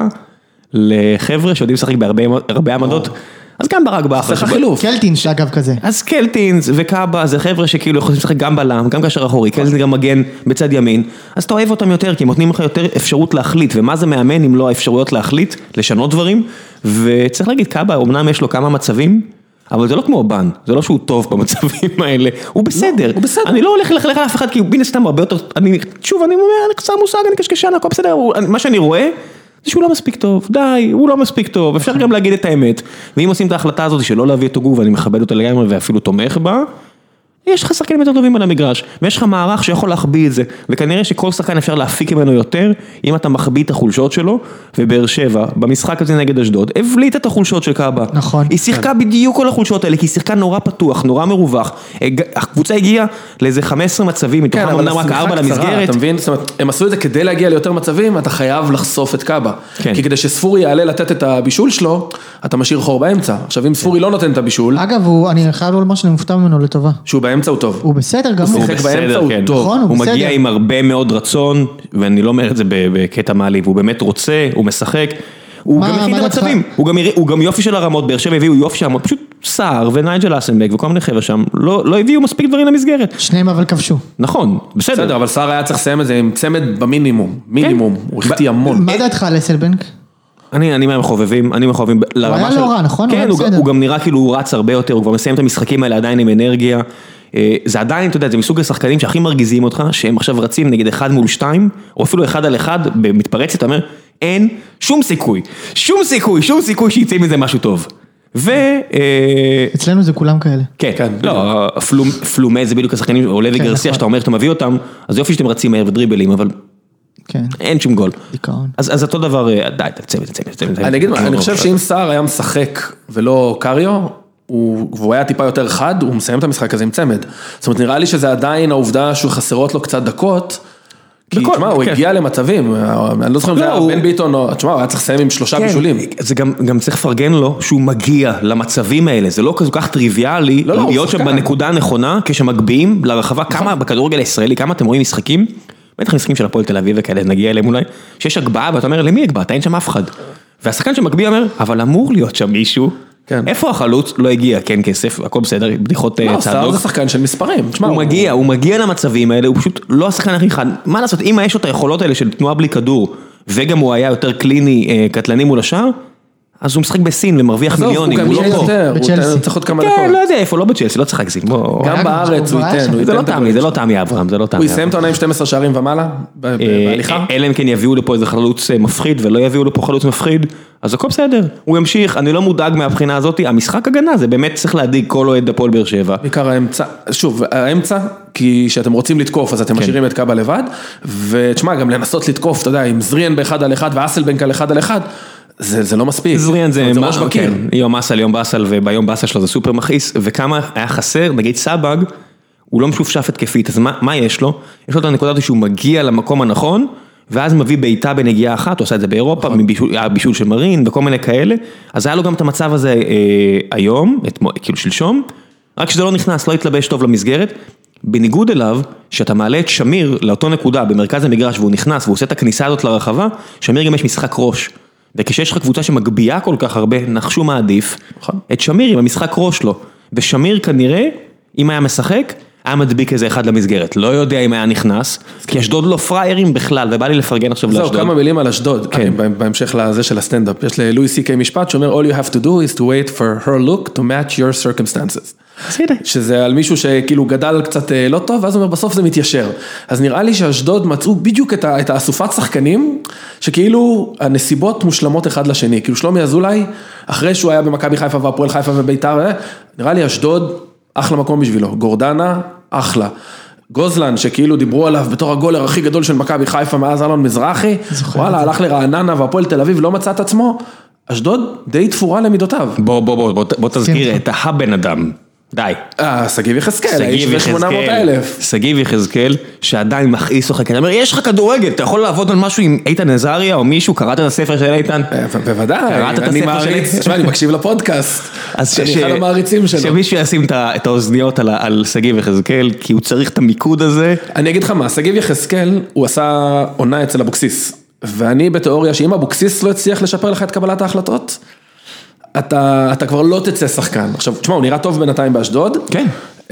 לחבר'ה שיודעים לשחק בהרבה עמדות, אז גם ברק בחר. קלטינס אגב כזה. אז קלטינס וקאבה זה חבר'ה שכאילו יכולים לשחק גם בלם, גם קשר אחורי, קלטינס גם מגן בצד ימין, אז אתה אוהב אותם יותר, כי הם נותנים לך יותר אפשרות להחליט, ומה זה מאמן אם לא האפשרויות להחליט, לשנות דברים, וצריך להגיד, קאבה, אמנם יש לו כמה מצבים, אבל זה לא כמו בן, זה לא שהוא טוב במצבים האלה, הוא בסדר. אני לא הולך ללכלך על אף אחד, כי הוא בין סתם הרבה יותר, שוב, אני אומר, אני קצר מושג, אני קשקשן, הכל בסדר, מה שאני רואה, זה שהוא לא מספיק טוב, די, הוא לא מספיק טוב, אפשר גם להגיד את האמת, ואם עושים את ההחלטה הזאת שלא להביא את הגוף, ואני מכבד אותה לגמרי ואפילו תומך בה, יש לך שחקנים יותר טובים על המגרש, ויש לך מערך שיכול להחביא את זה, וכנראה שכל שחקן אפשר להפיק ממנו יותר, אם אתה מחביא את החולשות שלו, ובאר שבע, במשחק הזה נגד אשדוד, הבליט את החולשות של קאבה. נכון. היא שיחקה בדיוק כל החולשות האלה, כי היא שיחקה נורא פתוח, נורא מרווח. הקבוצה הגיעה לאיזה 15 מצבים, מתוכם אמנם רק 4 למסגרת. אתה מבין? זאת אומרת, הם עשו את זה כדי להגיע ליותר מצבים, אתה חייב לחשוף את קאבה. כי כדי שספורי יעלה לתת את הבישול שלו, אתה משאיר חור באמצע. עכשיו, אם ספורי לא נותן את הבישול, אגב, אני חייב לומר שאני מופתע ממנו לטובה. שהוא באמצע הוא טוב. הוא בסדר גמור. הוא שיחק באמצע, הוא טוב. הוא מגיע עם הרבה מאוד רצון, ואני לא אומר את זה בקטע מעליב, הוא באמת רוצה, הוא משחק, הוא גם מכין את המצבים, הוא גם יופי של הרמות, באר שבע הביאו יופי שם, פשוט סער ונייג'ל אסנבק וכל מיני חבר'ה שם, לא הביאו מספיק דברים למסגרת. שניהם אבל כבשו. נכון, בסדר. אבל סער היה צריך לסיים את זה עם צמד במינימום, הוא החטיא המון. מה דעתך על אסלבנק? אני מהמחובבים, הוא היה לא רע, נכון? כן, הוא גם נראה כאילו הוא רץ הרבה יותר, הוא כבר מסיים את המשחקים האלה עדיין עם אנרגיה, זה עדיין, אתה יודע, זה מסוג השחקנים שהכי מרגיזים אותך, שהם עכשיו רצים נגד 1 מול 2, או אפילו 1 על 1, במתפרצת, אתה אומר, אין שום סיכוי שיצא מזה משהו טוב. אצלנו זה כולם כאלה. כן, לא, פלומה זה בדיוק השחקנים, או לוי גרסיה, שאתה אומר שאתה מביא אותם, אז יופי שאתם רצים מהר ודריבלים, אבל אין שום גול. אז אותו דבר, די, תצא. אני חושב שאם סער היה משחק ולא קריו, והוא היה טיפה יותר חד, הוא מסיים את המשחק הזה עם צמד. זאת אומרת, נראה לי שזה עדיין העובדה שהוא חסרות לו קצת דקות, כי תשמע, הוא הגיע למצבים, אני לא זוכר אם זה היה בן ביטון, תשמע, הוא היה צריך לסיים עם 3 בישולים. זה גם צריך לפרגן לו שהוא מגיע למצבים האלה, זה לא כל כך טריוויאלי, להיות שם בנקודה הנכונה, כשמגביעים לרחבה, כמה בכדורגל הישראלי, כמה אתם רואים משחקים, בטח משחקים של הפועל תל אביב וכאלה, נגיע אליהם אולי, שיש הגבהה ואתה אומר, למי הגבהת? אין שם אף אחד. והשחקן שמגביע אומר, אבל אמור להיות שם מישהו, איפה החלוץ לא הגיע? כן, כסף, הכל בסדר, בדיחות לא, צעדוק. סער זה שחקן של מספרים. הוא מגיע למצבים האלה, הוא פשוט לא השחקן הכי חד. מה לעשות, אם יש לו את היכולות האלה של תנועה בלי כדור, וגם הוא היה יותר קליני, קטלני מול השאר, אז הוא משחק בסין ומרוויח מיליונים. הוא גם יותר, הוא צריך עוד כמה דקות. כן, לא יודע איפה, לא בצ'לסי, לא צריך להגזים. גם בארץ הוא ייתן. זה לא תמי אברהם, זה לא תמי. הוא יסיים את העונה עם 12 שערים ומעלה, בהליכה. אלא אם כן יביאו לפה איזה חלוץ מפחיד, ולא יביאו לפה חלוץ מפחיד, אז הכל בסדר. הוא ימשיך, אני לא מודאג מהבחינה הזאת, המשחק הגנה, זה באמת צריך להדיג כל אוהד הפועל באר שבע. בעיקר האמצע, שוב, האמצע, כי שאתם רוצים לתקוף, אז אתם משאירים את קאבה לבד, ותשמע, גם לנסות לתקוף, אתה יודע, עם זריאן באחד על אחד, ואסלבנק על אחד על אחד, זה לא מספיק. זריאן זה ראש בקיר. יום אסל, יום באסל, וביום באסל שלו זה סופר מכעיס, וכמה היה חסר, נגיד סבג, הוא לא משופשף התקפית, אז מה יש לו? יש לו את הנקודה שהוא מגיע למקום הנכון, ואז מביא בעיטה בנגיעה אחת, הוא עושה את זה באירופה, היה בישול של מרין, וכל מיני כאלה, אז היה לו גם את המצב הזה היום, כאילו שלשום, רק שזה לא נכנס, לא התלבש טוב למסגרת, בניגוד אליו, שאתה מעלה את שמיר לאותו נקודה, במרכז המגרש, והוא נכנס, והוא עושה את הכניסה הזאת לרחבה, שמיר גם יש משחק ראש, וכשיש לך קבוצה שמגביעה כל כך הרבה, נחשו מה עדיף, את שמיר עם המשחק ראש לו, ושמיר כנראה, אם היה משחק, היה מדביק איזה אחד למסגרת, לא יודע אם היה נכנס, כי אשדוד לא פריירים בכלל, ובא לי לפרגן עכשיו לאשדוד. זהו, כמה מילים על אשדוד, בהמשך לזה של הסטנדאפ, יש ללואי סי-קיי משפט שאומר, all you have to do is to wait for her look to match your circumstances. שזה על מישהו שכאילו גדל קצת לא טוב, ואז הוא אומר, בסוף זה מתיישר. אז נראה לי שאשדוד מצאו בדיוק את האסופת שחקנים, שכאילו הנסיבות מושלמות אחד לשני, כאילו שלומי אזולאי, אחרי שהוא היה במכבי חיפה והפועל חיפה וביתר, נראה לי אשדוד אחלה מקום בשבילו, גורדנה, אחלה. גוזלן, שכאילו דיברו עליו בתור הגולר הכי גדול של מכבי חיפה מאז אלון מזרחי, וואלה, הלך לרעננה והפועל תל אביב לא מצא את עצמו, אשדוד די תפורה למידותיו. בוא תזכיר את הבן אדם. די. סגיב יחזקאל, האיש ב-800,000. סגיב יחזקאל, שעדיין מכעיס אותך, אני אומר, יש לך כדורגל, אתה יכול לעבוד על משהו עם איתן עזריה, או מישהו, קראת את הספר של איתן? בוודאי, אני מעריץ, תשמע, אני מקשיב לפודקאסט, אני אחד המעריצים שלו. שמישהו ישים את האוזניות על סגיב יחזקאל, כי הוא צריך את המיקוד הזה. אני אגיד לך מה, סגיב יחזקאל, הוא עשה עונה אצל אבוקסיס, ואני בתיאוריה שאם אבוקסיס לא הצליח לשפר לך את קבלת ההחלטות, אתה כבר לא תצא שחקן. עכשיו, תשמע, הוא נראה טוב בינתיים באשדוד. כן.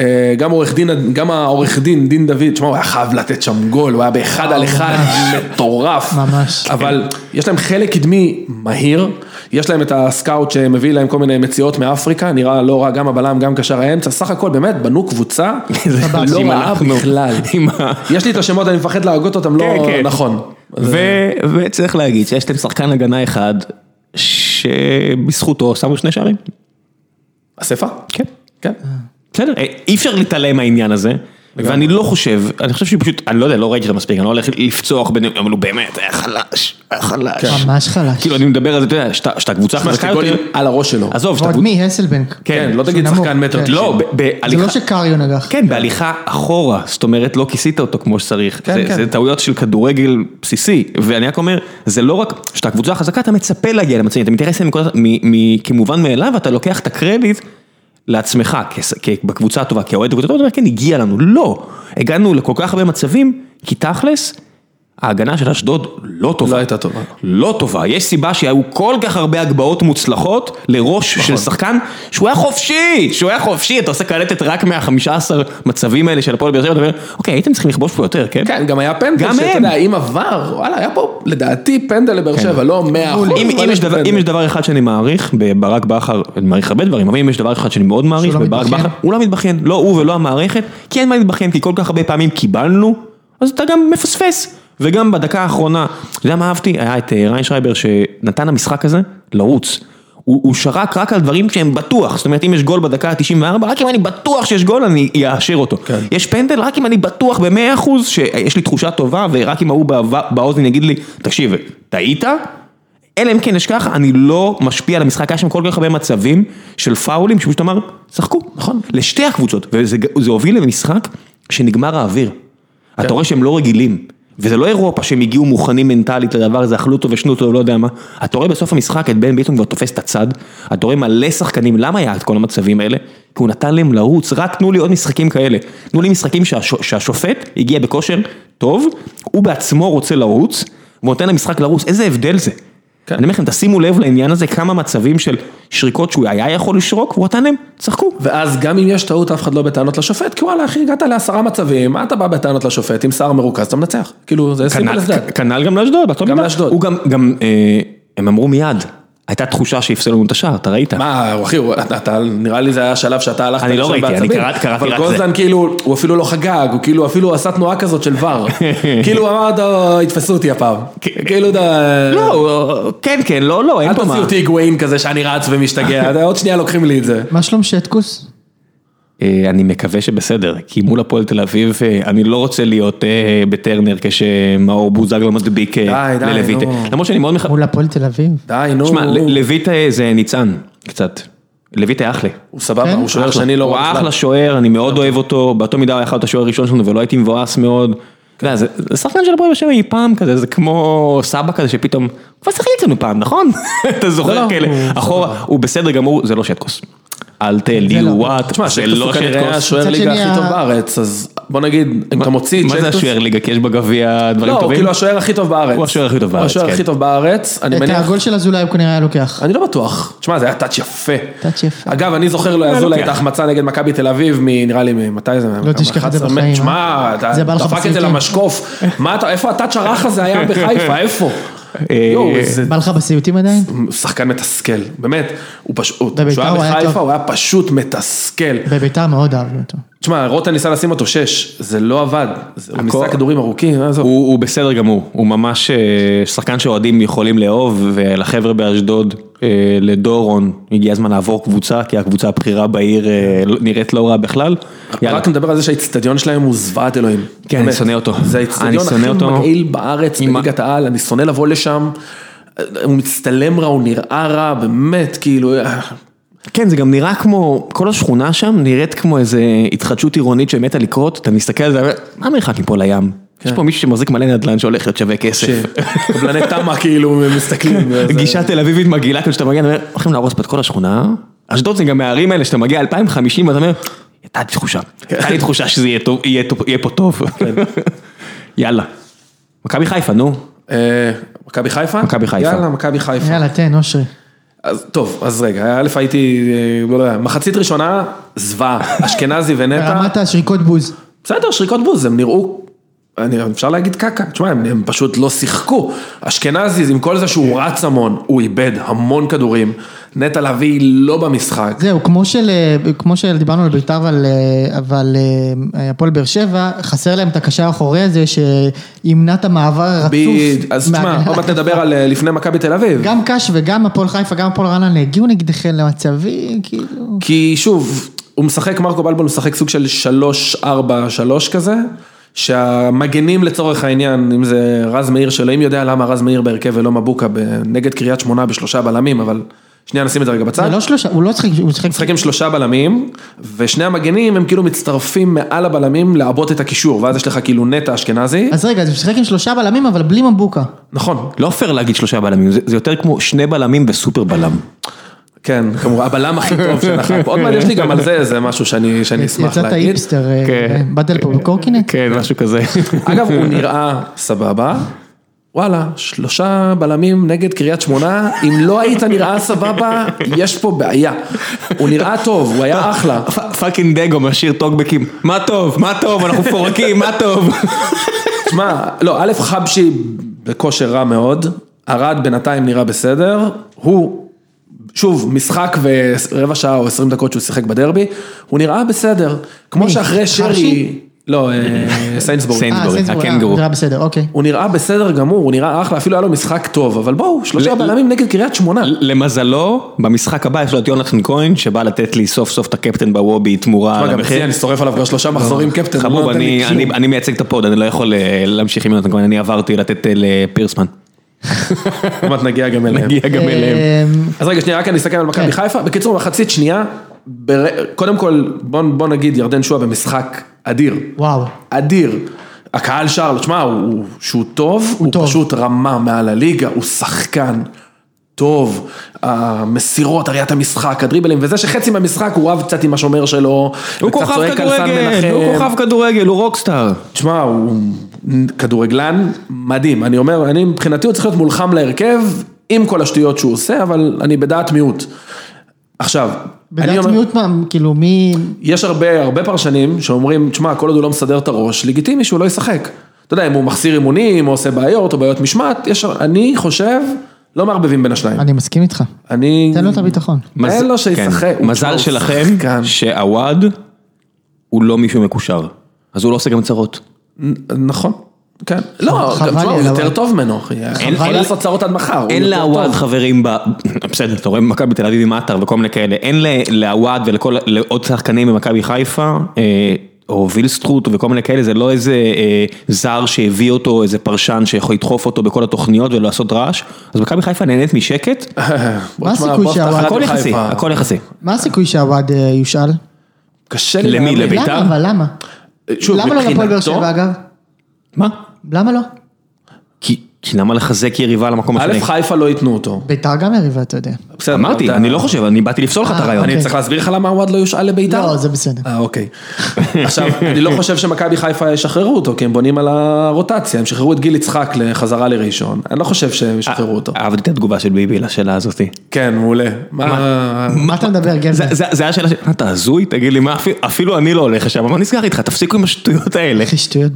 גם העורך דין, דין דוד, תשמע, הוא היה חייב לתת שם גול, הוא היה באחד על אחד, מטורף. ממש. אבל יש להם חלק קדמי מהיר, יש להם את הסקאוט שמביא להם כל מיני מציאות מאפריקה, נראה לא רע, גם הבלם, גם קשר האמצע, סך הכל באמת בנו קבוצה, לא רעה בכלל. יש לי את השמות, אני מפחד להגות אותם, לא נכון. וצריך להגיד שיש להם שחקן הגנה אחד, שבזכותו שמו 2 שערים. אספה? כן. כן. בסדר, אי אפשר להתעלם מהעניין הזה, ואני לא חושב, אני חושב שפשוט, אני לא יודע, לא ראיתי את המספיק, אני לא הולך לפצוח ביניהם, אבל הוא באמת, היה חלש. ממש חלש. כאילו אני מדבר על זה, אתה יודע, שאתה קבוצה חזקה יותר, על הראש שלו. עזוב, ועוד מי? הסלבנק. כן, לא תגיד שחקן מטר. לא, זה לא שקריו נגח. כן, בהליכה אחורה, זאת אומרת, לא כיסית אותו כמו שצריך, זה טעויות של כדורגל בסיסי, ואני רק אומר, זה לא רק, שאתה קבוצה חזקה, אתה מצפה להגיע למצבים, אתה מתייחס כמובן מאליו, אתה לוקח את הקרדיט לעצמך, בקבוצה הטובה, כאוהד בקבוצה הטובה, כן, הגיע לנו, לא, הגענו לכל כך הרבה מצבים, כי תכלס, ההגנה של אשדוד לא טובה. לא הייתה טובה. לא טובה, יש סיבה שהיו כל כך הרבה הגבהות מוצלחות, לראש של שחקן, שהוא היה חופשי, אתה עושה קלטת רק מה-15 מצבים האלה של הפועל באר שבע, אתה אומר, אוקיי, הייתם צריכים לכבוש פה יותר, כן? כן, גם היה פנדל, שאתה יודע, אם עבר, וואלה, היה פה, לדעתי, פנדל לבאר שבע, לא 100%. אם יש דבר אחד שאני מעריך, בברק בכר, אני מעריך הרבה דברים, אבל אם יש דבר אחד שאני מאוד מעריך, בברק בכר, הוא לא מתבחן, לא הוא ולא המערכת, כי אין מה להתבחן, כי כל כך הרבה פעמים קיבלנו, אז אתה גם מפספס. וגם בדקה האחרונה, אתה יודע מה אהבתי? היה את ריין שרייבר שנתן המשחק הזה לרוץ. הוא שרק רק על דברים שהם בטוח, זאת אומרת אם יש גול בדקה ה-94, רק אם אני בטוח שיש גול אני אאשר אותו. כן. יש פנדל רק אם אני בטוח ב100% שיש לי תחושה טובה, ורק אם הוא באוזן יגיד לי, תקשיב, טעית? אלא אם כן יש ככה, אני לא משפיע על המשחק, היה שם כל כך הרבה מצבים של פאולים, שפשוט אמר, שחקו, נכון, לשתי הקבוצות, וזה הוביל למשחק שנגמר האוויר. כן. אתה רואה שהם לא רגילים. וזה לא אירופה שהם הגיעו מוכנים מנטלית לדבר הזה, אכלו אותו ושנו אותו, לא יודע מה. אתה רואה בסוף המשחק את בן ביטון כבר תופס את הצד, אתה רואה מלא שחקנים, למה היה את כל המצבים האלה? כי הוא נתן להם לרוץ, רק תנו לי עוד משחקים כאלה. תנו לי משחקים שהשופט הגיע בכושר טוב, הוא בעצמו רוצה לרוץ, והוא נותן למשחק לרוץ, איזה הבדל זה? אני אומר לכם, תשימו לב לעניין הזה, כמה מצבים של שריקות שהוא היה יכול לשרוק, והוא נתן להם, צחקו. ואז גם אם יש טעות, אף אחד לא בטענות לשופט, כי וואלה, אחי, הגעת ל10 מצבים, מה אתה בא בטענות לשופט? עם שר מרוכז, אתה מנצח. כאילו, זה סימפל אסדד. כנ"ל גם לאשדוד, גם לאשדוד. הוא גם, הם אמרו מיד, הייתה תחושה שיפסלו לנו את השער, אתה ראית? מה, אחי, נראה לי זה היה השלב שאתה הלכת אני לא ראיתי, אני קראתי רק אבל גוזלן כאילו, הוא אפילו לא חגג, הוא כאילו אפילו עשה תנועה כזאת של ור. כאילו אמרת, יתפסו אותי הפעם. כאילו, לא, כן, לא, אין פה מה. אל תוציא אותי גוויין כזה שאני רץ ומשתגע, עוד שנייה לוקחים לי את זה. מה שלום שטקוס? אני מקווה שבסדר, כי מול הפועל תל אביב, אני לא רוצה להיות בטרנר כשמאור בוזגלו מדביק ללויטה. למרות שאני מאוד מול הפועל תל אביב? די, נו. תשמע, לויטה זה ניצן, קצת. לויטה אחלה. הוא סבבה, הוא שוער שאני לא... הוא אחלה שוער, אני מאוד אוהב אותו, באותו מידה הוא היה את השוער הראשון שלנו, ולא הייתי מבואס מאוד. זה שחקן של הפועל בשם אי פעם כזה, זה כמו סבא כזה שפתאום, הוא כבר שחק אצלנו פעם, נכון? אתה זוכר כאלה, אחורה, הוא בסדר גמור, זה לא שטקוס. אל תהליו וואט, תשמע, שטקוס הוא כנראה השוער ליגה הכי טוב בארץ, אז בוא נגיד, אם אתה מוציא את שטקוס... מה זה השוער ליגה? כי יש בגביע דברים טובים? לא, כאילו השוער הכי טוב בארץ. הוא השוער הכי טוב בארץ, כן. השוער הכי טוב בארץ, אני מניח... את הגול של אזולאי הוא כנראה היה לוקח. אני לא בטוח. תשמע, זה היה טאץ' יפה. טאץ' יפה. אגב, אני זוכר לו אזולאי את ההחמצה נגד מכבי תל אביב, נראה לי, מתי זה? לא תשכח את זה בחיים. תשמע, דפק את זה למשקוף. איפה הטאץ' הרך הזה היה בחיפה? איפה? בא לך בסיוטים עדיין? שחקן מתסכל, באמת, שהוא היה בחיפה, הוא היה פשוט מתסכל. בביתר מאוד אהבנו אותו. תשמע, רוטה ניסה לשים אותו 6, זה לא עבד, הוא ניסה כדורים ארוכים. הוא בסדר גמור, הוא ממש שחקן שאוהדים יכולים לאהוב, ולחבר'ה באשדוד, לדורון, הגיע הזמן לעבור קבוצה, כי הקבוצה הבחירה בעיר נראית לא רע בכלל. רק נדבר על זה שהאצטדיון שלהם הוא זוועת אלוהים. כן, אני שונא אותו. זה האצטדיון הכי מגעיל בארץ, בליגת העל, אני שונא לבוא לשם, הוא מצטלם רע, הוא נראה רע, באמת, כאילו... כן, זה גם נראה כמו, כל השכונה שם נראית כמו איזו התחדשות עירונית שמתה לקרות, אתה מסתכל על זה, מה מרחק מפה לים? יש פה מישהו שמחזיק מלא נדל"ן שהולך להיות שווה כסף. קבלני תמה כאילו מסתכלים. גישה תל אביבית מגעילה, כשאתה מגיע, הולכים להרוס פה את כל השכונה, אשדוד זה גם מהערים האלה, שאתה מגיע 2050, ואתה אומר, הייתה לי תחושה שזה יהיה פה טוב. יאללה. מכבי חיפה, נו. מכבי חיפה? מכבי חיפה. יאללה, מכבי חיפה. יאללה, תן, אושרי. אז טוב, אז רגע, א' הייתי, לא יודע, מחצית ראשונה, זווה, אשכנזי ונטע. ברמת השריקות בוז. בסדר, שריקות בוז, הם נראו, אפשר להגיד קקה, תשמע, הם פשוט לא שיחקו. אשכנזי, עם כל זה שהוא רץ המון, הוא איבד המון כדורים, נטע לביא לא במשחק. זהו, כמו שדיברנו על בית"ר, אבל הפועל באר שבע, חסר להם את הקשר האחורי הזה, שימנע את המעבר הרצוף. אז תשמע, עוד מעט נדבר על לפני מכבי תל אביב. גם קש וגם הפועל חיפה, גם הפועל רעננה, הגיעו נגדכם למצבים, כאילו. כי שוב, הוא משחק, מרקו בלבול משחק סוג של 3-4-3 כזה, שהמגנים לצורך העניין, אם זה רז מאיר שלו, אם יודע למה רז מאיר בהרכב ולא מבוקה נגד קריית שמונה ב3 בלמים, אבל שנייה נשים את זה רגע בצד. זה לא 3, הוא לא משחק עם 3 בלמים, ושני המגנים הם כאילו מצטרפים מעל הבלמים לעבות את הקישור, ואז יש לך כאילו נטע אשכנזי. אז רגע, זה משחק עם 3 בלמים, אבל בלי מבוקה. נכון. לא פייר להגיד 3 בלמים, זה יותר כמו 2 בלמים וסופר בלם. כן, כמובן, הבלם הכי טוב שנחל פה. עוד מעט יש לי גם על זה, זה משהו שאני אשמח להגיד. יצאת איפסטר, באת לפה בקורקינט? כן, משהו כזה. אגב, הוא נראה סבבה. וואלה, 3 בלמים נגד קריית שמונה, אם לא היית נראה סבבה, יש פה בעיה. הוא נראה טוב, הוא היה אחלה. פאקינג דגו משאיר טוקבקים, מה טוב, אנחנו פורקים, מה טוב. תשמע, לא, א' חבשי בכושר רע מאוד, ארד בינתיים נראה בסדר, הוא... שוב, משחק ורבע שעה או 20 דקות שהוא שיחק בדרבי, הוא נראה בסדר, כמו שאחרי שרי, לא, סיינסבורי, הקנגורו, הוא נראה בסדר, אוקיי. הוא נראה בסדר גמור, הוא נראה אחלה, אפילו היה לו משחק טוב, אבל בואו, 3 בלמים נגד קריית שמונה. למזלו, במשחק הבא יש לו את יונתן כהן, שבא לתת לי סוף סוף את הקפטן בוובי, תמורה על המחיר. אני שורף עליו כבר 3 מחזורים קפטן. חבוב, אני מייצג את הפוד, אני לא יכול להמשיך עם יונתן כהן, אני עברתי לתת לפירסמן. כמעט נגיע גם אליהם. אז רגע, שנייה, רק אני אסתכל על מכבי חיפה. בקיצור, מחצית שנייה, קודם כל, בוא נגיד, ירדן שועה במשחק אדיר. וואו. אדיר. הקהל שר, תשמע, שהוא טוב, הוא פשוט רמה מעל הליגה, הוא שחקן טוב, המסירות, הראיית המשחק, הדריבלים, וזה שחצי מהמשחק הוא רב קצת עם השומר שלו, הוא כוכב כדורגל, הוא רוקסטאר. תשמע, הוא כדורגלן מדהים, אני אומר, מבחינתי הוא צריך להיות מולחם להרכב, עם כל השטויות שהוא עושה, אבל אני בדעת מיעוט. עכשיו, בדעת מיעוט מה, כאילו מי... יש הרבה פרשנים שאומרים, תשמע, כל עוד הוא לא מסדר את הראש, לגיטימי שהוא לא ישחק. אתה יודע, אם הוא מחסיר אימונים, או עושה בעיות, או בעיות משמעת, אני חושב, לא מערבבים בין השניים. אני מסכים איתך. תן לו את הביטחון. תן לו שישחק. מזל שלכם, שהוואד הוא לא מישהו מקושר. אז הוא לא עושה גם צרות. נכון. כן. לא, גם תשמע, הוא יותר טוב ממנו. יכול לעשות צרות עד מחר. אין להוואד חברים בסדר, אתה רואה במכבי תל אביב עם עטר וכל מיני כאלה, אין להוואד ולעוד שחקנים במכבי חיפה, או וילסטרוט וכל מיני כאלה, זה לא איזה זר שהביא אותו, איזה פרשן שיכול לדחוף אותו בכל התוכניות ולעשות רעש, אז מכבי חיפה נהנית משקט. מה הסיכוי שהוואד... הכל יחסי. מה הסיכוי שהוואד יושאל? קשה לי. למי? לביתר? למה? למה? למה לא לפועל באר שבע אגב? מה? למה לא? כי למה לחזק יריבה למקום השני? א' חיפה לא ייתנו אותו. ביתר גם יריבה, אתה יודע. אמרתי, אני לא חושב, אני באתי לפסול לך את הרעיון. אני צריך להסביר לך למה הוואד לא יושאל לביתר? לא, זה בסדר. אוקיי. עכשיו, אני לא חושב שמכבי חיפה ישחררו אותו, כי הם בונים על הרוטציה, הם שחררו את גיל יצחק לחזרה לראשון. אני לא חושב שהם ישחררו אותו. אהבתי את התגובה של ביבי לשאלה הזאת. כן, מעולה. מה אתה מדבר, גבר? זה השאלה אתה הזוי? תגיד לי, אפילו אני לא הולך לשם, מה נסגר איתך? תפסיקו עם השטויות האלה. הכי שטויות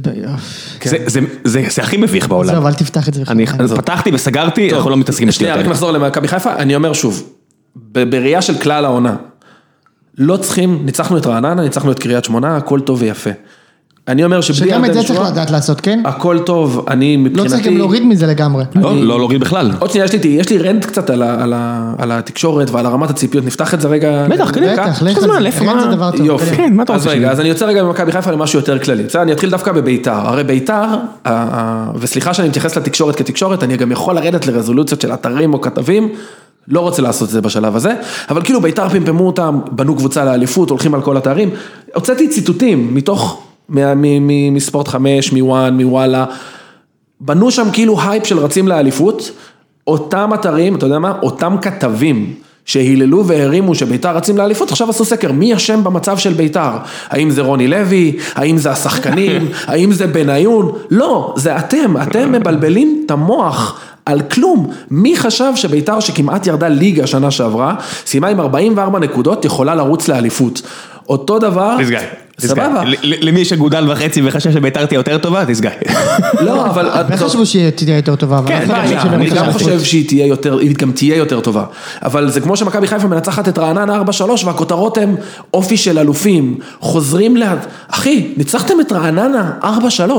זה הכי מביך בעולם. זהו, אל תפתח את זה. אני פתחתי וסגרתי, אנחנו לא מתעסקים בשטויות האלה. רק נחזור למכבי חיפה, אני אומר שוב, בראייה של כלל העונה, לא צריכים, ניצחנו את רעננה, ניצחנו את קריית שמונה, הכל טוב ויפה. אני אומר שבלי שגם את זה צריך לדעת לעשות, כן? הכל טוב, אני מבחינתי... לא צריך גם להוריד מזה לגמרי. לא להוריד בכלל. עוד שנייה, יש לי רנט קצת על התקשורת ועל הרמת הציפיות, נפתח את זה רגע... בטח, לך על זה, רנט זה דבר טוב. יופי. כן, מה אתה רוצה שלי? אז אני יוצא רגע במכבי חיפה למשהו יותר כללי. אני אתחיל דווקא בביתר. הרי ביתר, וסליחה שאני מתייחס לתקשורת כתקשורת, אני גם יכול לרדת לרזולוציות של אתרים או כתבים, לא רוצה לעשות את זה בשלב הזה, אבל כאילו ביתר פמפמו אותם, בנו קבוצה לאליפות, הולכים על כל התארים. הוצאתי ציטוטים מתוך מספורט 5, מוואן, מוואלה, בנו שם כאילו הייפ של רצים לאליפות, אותם אתרים, אתה יודע מה? אותם כתבים שהיללו והרימו שביתר רצים לאליפות, עכשיו עשו סקר, מי אשם במצב של ביתר? האם זה רוני לוי? האם זה השחקנים? האם זה בניון? לא, זה אתם מבלבלים את המוח על כלום. מי חשב שביתר שכמעט ירדה ליגה שנה שעברה, סיימה עם 44 נקודות, יכולה לרוץ לאליפות? אותו דבר... סבבה. למי שגודל וחצי וחשב שביתר תהיה יותר טובה, תסגי. לא, אבל... וחשבו שהיא תהיה יותר טובה. אני גם חושב שהיא גם תהיה יותר טובה. אבל זה כמו שמכבי חיפה מנצחת את רעננה 4-3, והכותרות הן אופי של אלופים. חוזרים ליד... אחי, ניצחתם את רעננה 4-3.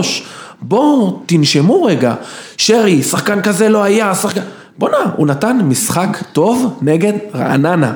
בואו, תנשמו רגע. שרי, שחקן כזה לא היה, שחקן... בוא נה, הוא נתן משחק טוב נגד רעננה.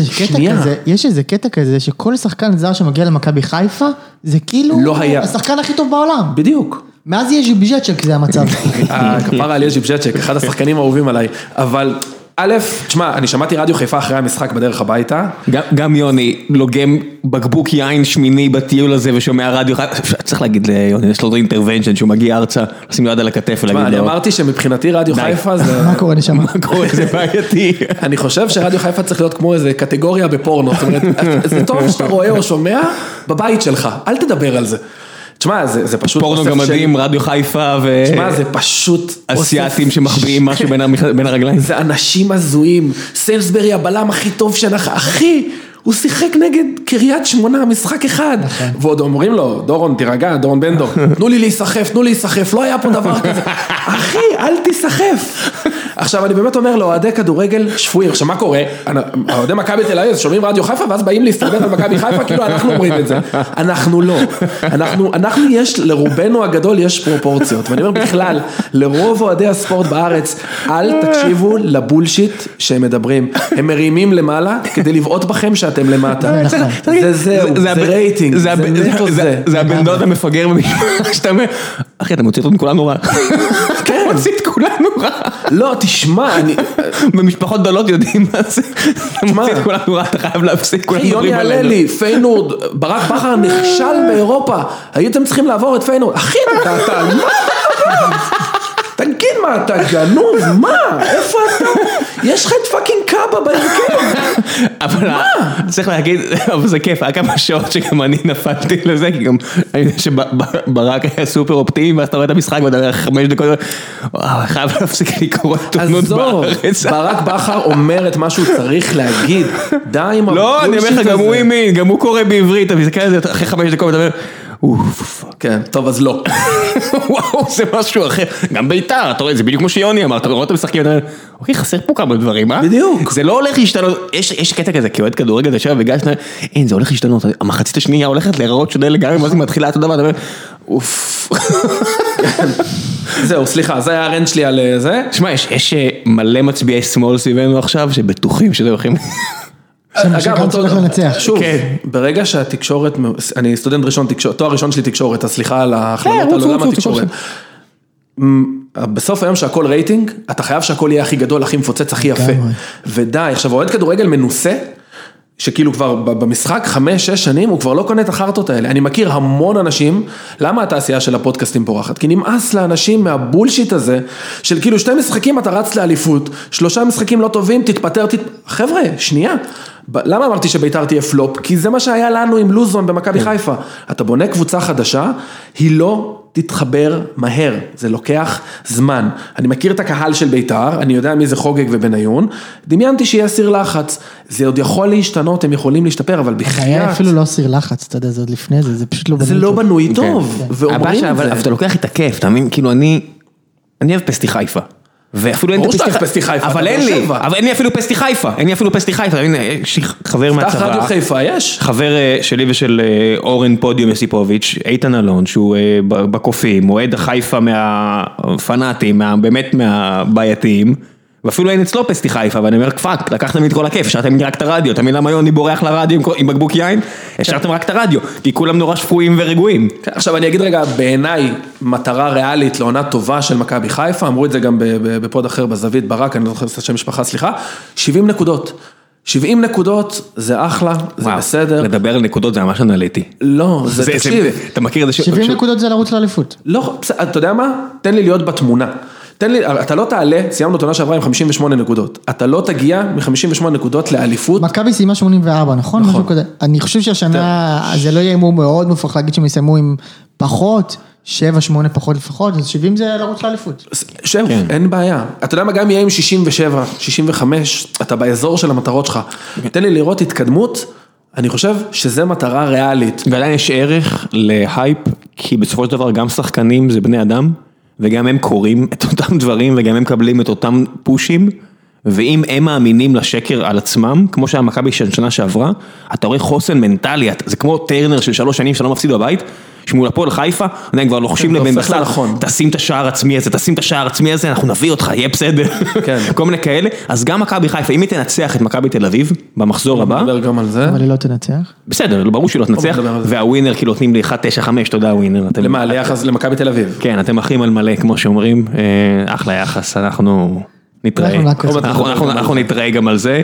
יש איזה קטע כזה שכל שחקן זר שמגיע למכבי חיפה, זה כאילו השחקן הכי טוב בעולם. בדיוק. מאז יש ז'יבז'צ'ק, זה המצב. כפרה על יש ז'יבז'צ'ק, אחד השחקנים האהובים עליי. אבל... א', תשמע, אני שמעתי רדיו חיפה אחרי המשחק בדרך הביתה. גם יוני לוגם בקבוק יין שמיני בטיול הזה ושומע רדיו חיפה. צריך להגיד ליוני, יש לו אינטרוונשן שהוא מגיע ארצה, לשים לו יד על הכתף ולהגיד לו. אני אמרתי שמבחינתי רדיו חיפה זה... מה קורה נשמה? מה קורה? זה בעייתי. אני חושב שרדיו חיפה צריך להיות כמו איזה קטגוריה בפורנו. זאת אומרת, זה טוב שאתה רואה או שומע בבית שלך. אל תדבר על זה. תשמע, זה פשוט... פורנו גמדים, רדיו חיפה ו... תשמע, זה פשוט... אסיאטים שמחביאים משהו בין הרגליים. זה אנשים הזויים. סלסברי הבלם הכי טוב שלך. אחי, הוא שיחק נגד קריית שמונה, משחק אחד. ועוד אומרים לו, דורון, תירגע, דורון בנדו, תנו לי להיסחף, לא היה פה דבר כזה. אחי, אל תיסחף. עכשיו, אני באמת אומר לו, אוהדי כדורגל שפוי. עכשיו, מה קורה? אוהדי מכבי תל אביב שומעים רדיו חיפה, ואז באים להסתכל על מכבי חיפה, כאילו אנחנו אומרים את זה. אנחנו לא. אנחנו יש, לרובנו הגדול יש פרופורציות. ואני אומר בכלל, לרוב אוהדי הספורט בארץ, אל תקשיבו לבולשיט שהם מדברים. הם מרימים למעלה כדי לבעוט בכם שאתם למטה. זהו, זה רייטינג, זה נטו זה. זה הבן דוד המפגר במשפחה שאתה אומר, אחי, אתה מוציא את כולנו רע. כן. מוציא את כולנו רע. לא, תשמע, אני... במשפחות גדולות יודעים מה זה. אתה מוציא את כולנו רע, אתה חייב להפסיק כולנו יוני הללי, פיינורד, ברק בכר נכשל באירופה. הייתם צריכים לעבור את פיינורד. אחי, אתה... תגיד מה, אתה גנוב, מה? איפה אתה? יש לך את פאקינג קאבה בהרכב. אבל צריך להגיד, אבל זה כיף, היה כמה שעות שגם אני נפלתי לזה, כי גם אני יודע שברק היה סופר אופטימי, ואז אתה רואה את המשחק ואתה אומר 5 דקות, וואו, חייב להפסיק לקרוא את תמונות בארץ. ברק בכר אומר את מה שהוא צריך להגיד, די עם הבולשיט הזה. לא, אני אומר לך, גם הוא ימין, גם הוא קורא בעברית, אבל זה כאלה, אחרי 5 דקות, אתה אומר, אוף. כן, טוב, אז לא. וואו, זה משהו אחר. גם ביתר, אתה רואה, זה בדיוק כמו שיוני אמר, אתה רואה את המשחקים, אתה אומר, אוקיי, חסר פה כמה דברים, אה? בדיוק. זה לא הולך להשתנות, יש קטע כזה, כי אוהד כדורגל, אתה יושב וגש, אין, זה הולך להשתנות, המחצית השנייה הולכת להיראות שונה לגמרי, מה זה מתחילה, אתה יודע, אתה אומר, אוף. זהו, סליחה, זה היה הרנט שלי על זה. שמע, יש מלא מצביעי שמאל סביבנו עכשיו, שבטוחים שזה הולכים... שגם צריך לנצח. שוב, ברגע שהתקשורת, אני סטודנט ראשון תקשורת, תואר ראשון שלי תקשורת, אז סליחה על ההכללות על עולם התקשורת. בסוף היום שהכל רייטינג, אתה חייב שהכל יהיה הכי גדול, הכי מפוצץ, הכי יפה. ודי, עכשיו אוהד כדורגל מנוסה, שכאילו כבר במשחק 5-6 שנים, הוא כבר לא קונה את החרטות האלה. אני מכיר המון אנשים, למה התעשייה של הפודקאסטים פורחת? כי נמאס לאנשים מהבולשיט הזה, של כאילו 2 משחקים אתה רץ לאליפות, 3 משחקים לא טובים, תתפטר, חבר'ה, שנייה. למה אמרתי שביתר תהיה פלופ? כי זה מה שהיה לנו עם לוזון במכבי חיפה. אתה בונה קבוצה חדשה, היא לא תתחבר מהר, זה לוקח זמן. אני מכיר את הקהל של ביתר, אני יודע מי זה חוגג ובניון, דמיינתי שיהיה סיר לחץ, זה עוד יכול להשתנות, הם יכולים להשתפר, אבל בחייאת... היה אפילו לא סיר לחץ, אתה יודע, זה עוד לפני זה, זה פשוט לא בנוי טוב. זה לא בנוי טוב, ואומרים את זה. אבל אתה לוקח את הכיף, אתה מבין? כאילו אני אוהב פסטי חיפה. ואפילו אין פסטי חיפה, אבל אין לי, אבל אין לי אפילו פסטי חיפה, יש לי חבר מהצבא, תחת רדיו חיפה, יש? חבר שלי ושל אורן פודיום יסיפוביץ', איתן אלון, שהוא בקופים, מועד חיפה מהפנאטים, באמת מהבעייתיים, ואפילו אין אצלו פסטי חיפה, ואני אומר, פאק, לקחתם לי את כל הכיף, השארתם לי רק את הרדיו, אתה מבין למה יוני בורח לרדיו עם בקבוק יין? השארתם רק את הרדיו, כי כולם נורא שפויים ורגועים. עכשיו אני אגיד רגע, בעיניי מטרה ריאלית לעונה טובה של מכבי חיפה, אמרו את זה גם בפוד אחר בזווית ברק, אני לא זוכר את השם משפחה, סליחה, 70 נקודות. 70 נקודות זה אחלה, זה בסדר. לדבר על נקודות זה ממש אנליטי. לא, זה תקשיב. אתה מכיר את זה 70 נקודות זה לרוץ לאליפות. לא, אתה יודע מה? תן לי להיות בתמונה. תן לי, אתה לא תעלה, סיימנו את העונה שעברה עם 58 נקודות. אתה לא תגיע מ-58 נקודות לאליפות. מכבי סיימה 84, נכון? משהו כזה. אני חושב שהשנה, זה לא יהיה מאוד מופרך להגיד שהם יסיימו עם פחות, 7-8 פחות לפחות, אז 70 זה לרוץ לאליפות. 7, אין בעיה. אתה יודע מה, גם יהיה עם 67, 65, אתה באזור של המטרות שלך. תן לי לראות התקדמות, אני חושב שזה מטרה ריאלית. ועדיין יש ערך להייפ, כי בסופו של דבר גם שחקנים זה בני אדם, וגם הם קוראים את אותם דברים, וגם הם מקבלים את אותם פושים, ואם הם מאמינים לשקר על עצמם, כמו שהמכבי שנה שעברה, אתה רואה חוסן מנטלי, זה כמו טרנר של 3 שנים שלא מפסיד בבית, שמול הפועל חיפה, עדיין כבר לוחשים לבן בסל, תשים את השער עצמי הזה, אנחנו נביא אותך, יהיה בסדר, כל מיני כאלה, אז גם מכבי חיפה, אם היא תנצח את מכבי תל אביב, במחזור הבא, נדבר גם על זה. אבל היא לא תנצח. בסדר, ברור שהיא לא תנצח, והווינר כאילו נותנים לי 1-9-5, תודה הווינר. למה, ליחס למכבי תל אביב? כן, אתם אחים על מלא, כמו שאומרים, אחלה יחס, אנחנו נתראה, אנחנו נתראה גם על זה,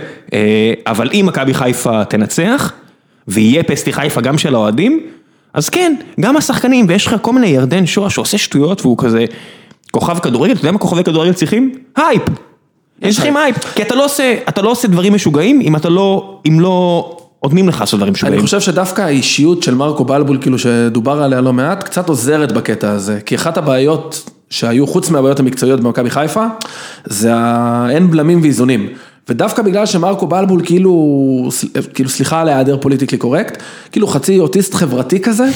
אבל אם מכבי חיפה תנצח, ויהיה פסטי חיפה גם של האוהדים, אז כן, גם השחקנים, ויש לך כל מיני ירדן שואה שעושה שטויות, והוא כזה כוכב כדורגל, אתה יודע מה כוכבי כדורגל צריכים? הייפ! הם צריכים הייפ, כי אתה לא עושה דברים משוגעים, אם לא עודמים לך לעשות דברים משוגעים. אני חושב שדווקא האישיות של מרקו בלבול, כאילו שדובר עליה לא מעט, קצת עוזרת בקטע הזה, כי אחת הבעיות שהיו חוץ מהבעיות המקצועיות במכבי חיפה, זה אין בלמים ואיזונים. ודווקא בגלל שמרקו בלבול כאילו סליחה על היעדר פוליטיקלי קורקט, כאילו חצי אוטיסט חברתי כזה,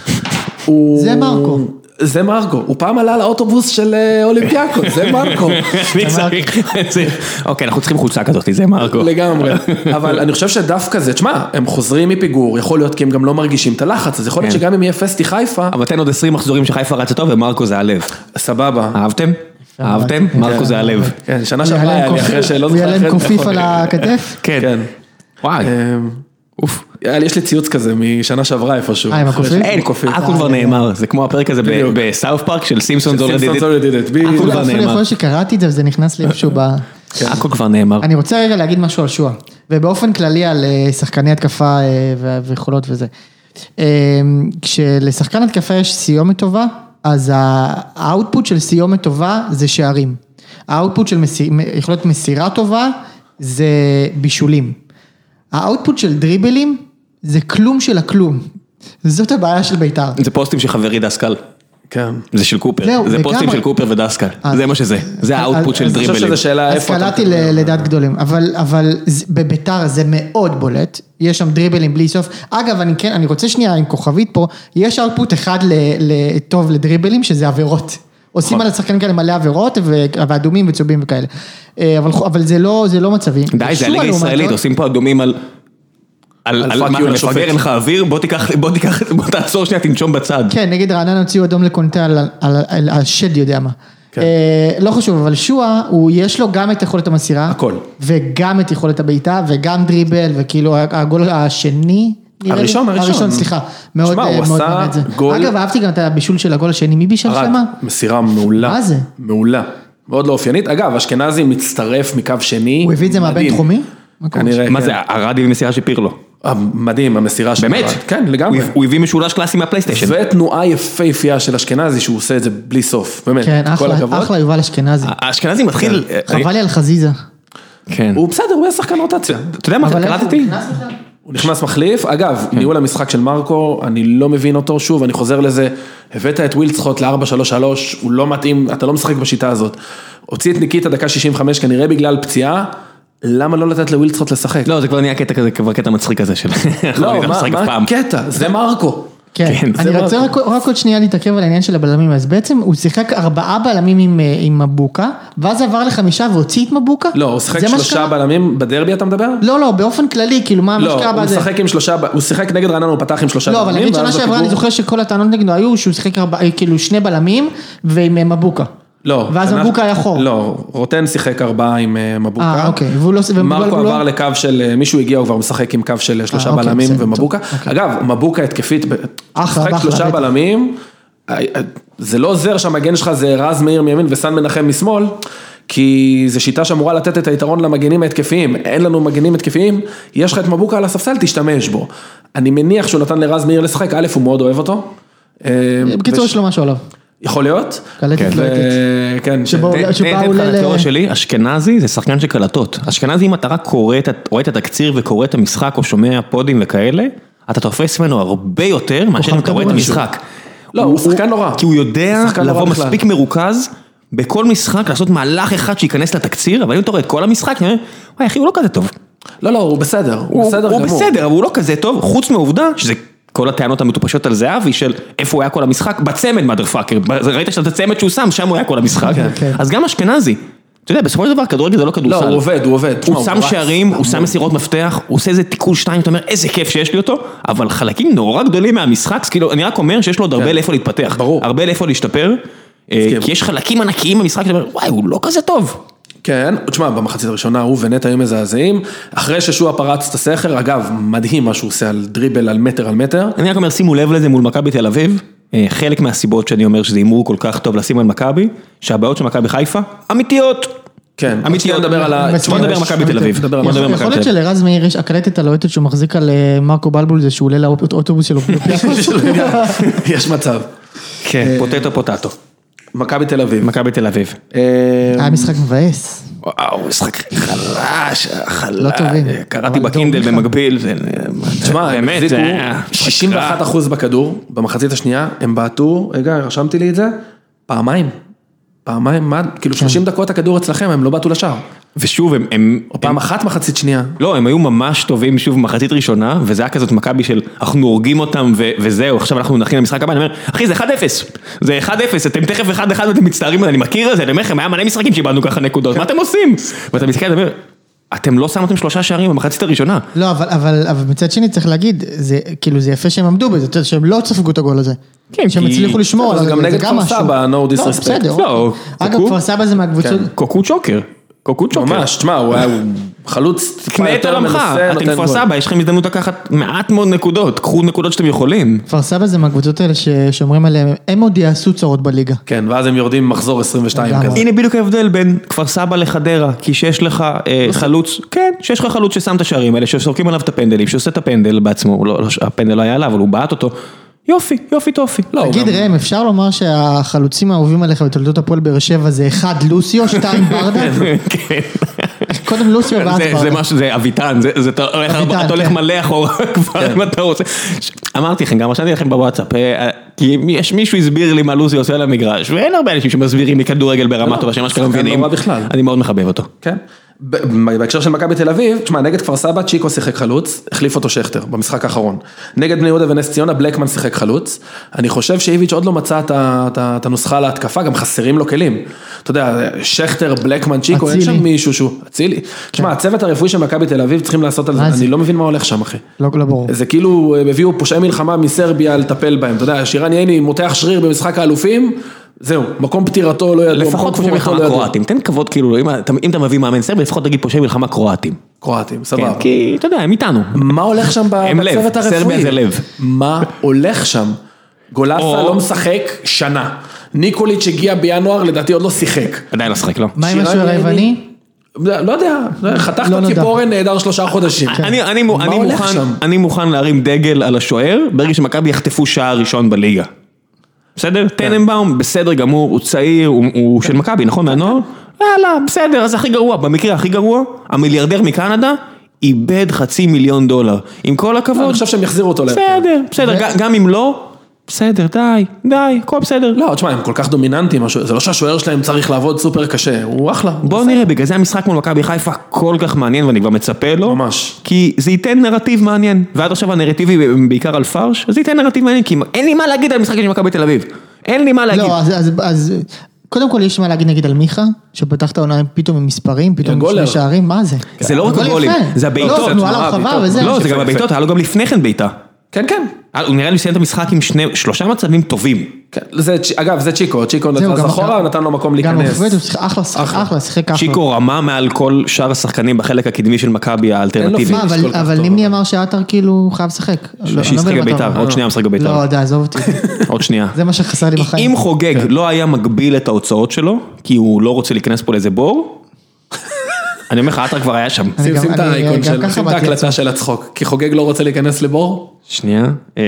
זה מרקו, הוא פעם עלה לאוטובוס של אולימפיאקוס, זה מרקו. אוקיי, אנחנו צריכים חולצה כזאת, זה מרקו. לגמרי, אבל אני חושב שדווקא זה, תשמע, הם חוזרים מפיגור, יכול להיות כי הם גם לא מרגישים את הלחץ, אז יכול להיות שגם אם יהיה פסטי חיפה. אבל תן עוד 20 מחזורים שחיפה רצה טוב ומרקו זה הלב. סבבה. אהבתם? מרקו זה הלב. כן, שנה שעברה היה לי אחרי שלא זוכר. הוא יעלם קופיף על הכתף? כן. וואי. אוף. יש לי ציוץ כזה משנה שעברה איפשהו. עם הקופיף? אין קופיף. הכל כבר נאמר, זה כמו הפרק הזה בסאוף פארק של סימפסונס already did it. הכל כבר נאמר. יכול להיות שקראתי את זה וזה נכנס לי איפשהו ב... הכל כבר נאמר. אני רוצה רגע להגיד משהו על שואה, ובאופן כללי על שחקני התקפה ויכולות וזה. כשלשחקן התקפה יש סיומת טובה, אז האוטפוט של סיומת טובה זה שערים. האוטפוט של יכולת מסירה טובה זה בישולים. האוטפוט של דריבלים זה כלום של הכלום. זאת הבעיה של בית"ר. זה פוסטים של חברי דסקל. כן. זה של קופר. זה פוסטים של קופר ודסקל. זה מה שזה. זה האוטפוט של דריבלים. אני חושב שזה שאלה אז קלעתי לדעת גדולים. אבל בבית"ר זה מאוד בולט. יש שם דריבלים בלי סוף. אגב, אני רוצה שנייה עם כוכבית פה. יש אוטפוט אחד טוב לדריבלים שזה עבירות. עושים על השחקנים כאלה מלא עבירות ואדומים וצהובים וכאלה. אבל זה לא מצבי. די, זה הליגה הישראלית. עושים פה אדומים על מפגר לך אוויר, בוא תעצור שנייה, תנשום בצד. כן, נגיד רעננה הוציאו אדום לקונטה על השד יודע מה. לא חשוב, אבל שואה, יש לו גם את יכולת המסירה, הכל. וגם את יכולת הבעיטה, וגם דריבל, וכאילו הגול השני, הראשון, סליחה, מאוד מראה את זה. אגב, אהבתי גם את הבישול של הגול השני, מי בישל שמה? מסירה מעולה. מה זה? מעולה. מאוד לא אופיינית. אגב, אשכנזי מצטרף מקו שני. הוא הביא את זה מהבין תחומי? מה זה, הרדי במסירה שפירלו? מדהים, המסירה של... באמת? כן, לגמרי. הוא הביא משולש קלאסי מהפלייסטיישן. ותנועה יפהפייה של אשכנזי, שהוא עושה את זה בלי סוף. באמת, כן, אחלה יובל אשכנזי. האשכנזי מתחיל... חבל לי על חזיזה. כן. הוא בסדר, הוא היה שחקן רוטציה. אתה יודע מה, קלטתי? הוא נכנס מחליף, אגב, ניהול המשחק של מרקו, אני לא מבין אותו, שוב, אני חוזר לזה, הבאת את ווילצחוט ל-4-3-3, הוא לא מתאים, אתה לא משחק בשיטה הזאת. הוציא את ניקיטה דקה 65, כנראה בגלל פציעה, למה לא לתת לווילצחוט לשחק? לא, זה כבר נהיה קטע כזה, כבר קטע מצחיק הזה של... לא, מה קטע? זה מרקו. כן, אני רוצה רק עוד שנייה להתעכב על העניין של הבלמים, אז בעצם הוא שיחק 4 בלמים עם מבוקה, ואז עבר ל5 והוציא את מבוקה? לא, הוא שיחק 3 בלמים, בדרבי אתה מדבר? לא, באופן כללי, כאילו מה שקרה בזה? לא, הוא שיחק עם 3, הוא שיחק נגד רעננה, הוא פתח עם 3 בלמים. לא, אבל נגיד שנה שעברה, אני זוכר שכל הטענות נגדו היו, שהוא שיחק כאילו 2 בלמים ועם מבוקה. לא. ואז מבוקה היה חור. לא, רוטן שיחק 4 עם מבוקה. אוקיי. מרקו עבר לקו של, מישהו הגיע, הוא כבר משחק עם קו של 3 בלמים ומבוקה. אגב, מבוקה התקפית, משחק 3 בלמים, זה לא עוזר שהמגן שלך זה רז מאיר מימין וסן מנחם משמאל, כי זו שיטה שאמורה לתת את היתרון למגנים ההתקפיים. אין לנו מגנים התקפיים, יש לך את מבוקה על הספסל, תשתמש בו. אני מניח שהוא נתן לרז מאיר לשחק, א' הוא מאוד אוהב אותו. בקיצור יש לו משהו עליו. יכול להיות. קלטת. כן. התיאוריה שלי, אשכנזי זה שחקן של קלטות. אשכנזי אם אתה רק רואה את התקציר וקורא את המשחק או שומע פודים וכאלה, אתה תופס ממנו הרבה יותר מאשר אם אתה רואה את המשחק. לא, הוא שחקן נורא. כי הוא יודע לבוא מספיק מרוכז בכל משחק, לעשות מהלך אחד שייכנס לתקציר, אבל אם אתה רואה את כל המשחק, וואי אחי הוא לא כזה טוב. לא, הוא בסדר. הוא בסדר גמור. הוא בסדר, אבל הוא לא כזה טוב, חוץ מהעובדה שזה כל הטענות המטופשות על זהבי של איפה הוא היה כל המשחק, בצמד מאדרפאקר, ראית שאתה צמד שהוא שם, שם הוא היה כל המשחק, אז גם אשכנזי, אתה יודע, בסופו של דבר כדורגל זה לא כדורסל. לא, הוא עובד. הוא שם שערים, הוא שם מסירות מפתח, הוא עושה איזה תיקול 2, אתה אומר, איזה כיף שיש לי אותו, אבל חלקים נורא גדולים מהמשחק, כאילו, אני רק אומר שיש לו עוד הרבה לאיפה להתפתח, הרבה לאיפה להשתפר, כי יש חלקים ענקיים במשחק, שאתה אומר, וואי, הוא לא כזה טוב. כן, תשמע, במחצית הראשונה הוא ונט היו מזעזעים, אחרי ששועה פרץ את הסכר, אגב, מדהים מה שהוא עושה על דריבל, על מטר. אני רק אומר, שימו לב לזה מול מכבי תל אביב, חלק מהסיבות שאני אומר שזה אימור כל כך טוב לשים על מכבי, שהבעיות של מכבי חיפה, אמיתיות. כן, אמיתיות. בוא נדבר על מכבי תל אביב. יכול להיות שלרז מאיר יש הקלטת הלוהטת שהוא מחזיק על מרקו בלבול, זה שהוא עולה לאוטובוס שלו. יש מצב. כן, פוטטו. מכבי תל אביב. היה משחק מבאס. וואו, משחק חלש. לא טובים. קראתי בקינדל במקביל. תשמע, הם החזיקו 61% בכדור, במחצית השנייה, הם בעטו, רגע, רשמתי לי את זה, פעמיים, מה? כאילו 30 דקות הכדור אצלכם, הם לא בעטו לשער. ושוב, או פעם אחת מחצית שנייה. לא, הם היו ממש טובים שוב מחצית ראשונה, וזה היה כזאת מכבי של, אנחנו הורגים אותם וזהו, עכשיו אנחנו נכין למשחק הבא, אני אומר, אחי, זה 1-0, זה 1-0, אתם תכף 1-1 ואתם מצטערים, אני מכיר את זה, אני אומר לכם, היה מלא משחקים שבאנו ככה נקודות, מה אתם עושים? ואתה מסתכל, אתה אומר, אתם לא שמתם 3 שערים במחצית הראשונה. לא, אבל מצד שני צריך להגיד, כאילו זה יפה שהם עמדו בזה, שהם לא ספגו את הגול הזה. כן, שהם הצליחו לשמור על זה. זה גם נגד כפר סבא, no disrespect. אגב, כפר סבא זה מהקבוצות. קוקו צ'וקר. ממש, תשמע, הוא היה חלוץ קנה את עולמך, אתם כפר סבא, יש לכם הזדמנות לקחת מעט מאוד נקודות, קחו נקודות שאתם יכולים. כפר סבא זה מהקבוצות האלה שאומרים עליהם, הם עוד יעשו צורות בליגה. כן, ואז הם יורדים מחזור 22 כזה. הנה בדיוק ההבדל בין כפר סבא לחדרה, כי שיש לך חלוץ, כן, שיש לך חלוץ ששם את השערים האלה, שסורקים עליו את הפנדלים, שעושה את הפנדל בעצמו, הפנדל לא היה עליו, אבל הוא בעט אותו, יופי, יופי טופי. תגיד ראם, אפשר לומר שהחלוצים האהובים עליך בתולדות הפועל באר שבע זה 1 לוסיו, 2 ברדה? כן. קודם לוסיו ואז ברדה. זה משהו, זה אביטן, אתה הולך מלא אחורה כבר אם אתה רוצה. אמרתי לכם, גם רשמתי לכם בוואטסאפ, כי יש מישהו הסביר לי מה לוסי עושה על המגרש, ואין הרבה אנשים שמסבירים לי כדורגל ברמה טובה, שמה שאתם מבינים, אני מאוד מחבב אותו. כן. בהקשר של מכבי תל אביב, תשמע, נגד כפר סבא, צ'יקו שיחק חלוץ, החליף אותו שכטר במשחק האחרון. נגד בני יהודה ונס ציונה, בלקמן שיחק חלוץ. אני חושב שאיביץ' עוד לא מצא את הנוסחה להתקפה, גם חסרים לו כלים. אתה יודע, שכטר, בלקמן, צ'יקו, אין שם מישהו שהוא, אצילי. תשמע, הצוות הרפואי של מכבי תל אביב צריכים לעשות על זה, אני לא מבין מה הולך שם, אחי. לא ברור. זה כאילו, הביאו פושעי מלחמה מסרביה לטפל בהם. אתה יודע, שירן ייני מותח שריר במשחק האלופים, זהו, מקום פטירתו לא ידוע. לפחות פושעי מלחמה קרואטים, תן כבוד כאילו, אם אתה מביא מאמן סרבי, לפחות תגיד פושעי מלחמה קרואטים. קרואטים, סבבה. כי אתה יודע, הם איתנו. מה הולך שם בצוות הרפואי? סרביה זה לב. מה הולך שם? גולסה לא משחק שנה. ניקוליץ' הגיע בינואר, לדעתי עוד לא שיחק. עדיין לא שחק, לא. מה עם השוער היווני? לא יודע, חתך את ציפורן נהדר 3 חודשים. אני מוכן להרים דגל על השוער, ברגע שמכבי יחטפו שעה ראשון בליגה. בסדר? טננבאום, בסדר גמור, הוא צעיר, הוא של מכבי, נכון? מהנוער? יאללה, בסדר, אז הכי גרוע, במקרה הכי גרוע, המיליארדר מקנדה איבד $500,000. עם כל הכבוד. אני חושב שהם יחזירו אותו. בסדר, גם אם לא, בסדר, די, הכל בסדר. לא, תשמע, הם כל כך דומיננטיים, זה לא שהשוער שלהם צריך לעבוד סופר קשה, הוא אחלה. בוא נראה, בגלל זה המשחק מול מכבי חיפה כל כך מעניין, ואני כבר מצפה לו. ממש. כי זה ייתן נרטיב מעניין, ועד עכשיו הנרטיבי בעיקר על פרש, אז זה ייתן נרטיב מעניין, כי אין לי מה להגיד על משחק של מכבי תל אביב. אין לי מה להגיד. לא, אז קודם כל יש מה להגיד נגיד על מיכה, שפתח את העונה פתאום עם מספרים, פתאום עם 2 שערים, מה זה? זה לא רק הגולים, זה הבעיטות. לא, זה גם הבעיטות, היה לו גם לפני כן בעיטה. כן. הוא נראה לי סיים את המשחק עם 3 מצבים טובים. אגב, זה צ'יקו נתן אחורה, נתן לו מקום להיכנס. גם הוא אחלה, שיחק אחלה. צ'יקו רמה מעל כל שאר השחקנים בחלק הקדמי של מכבי האלטרנטיבי. אבל נימני אמר שעטר כאילו חייב לשחק. שישחק בביתר, עוד שנייה משחק בביתר. לא, די, עזוב אותי. עוד שנייה. זה מה שחסר לי בחיים. אם חוגג לא היה מגביל את ההוצאות שלו, כי הוא לא רוצה להיכנס פה לאיזה בור, אני אומר לך, עטר כבר היה שם. שים את האייקון של, שים את ההקלטה של הצחוק, כי חוגג לא רוצה להיכנס לבור. שנייה.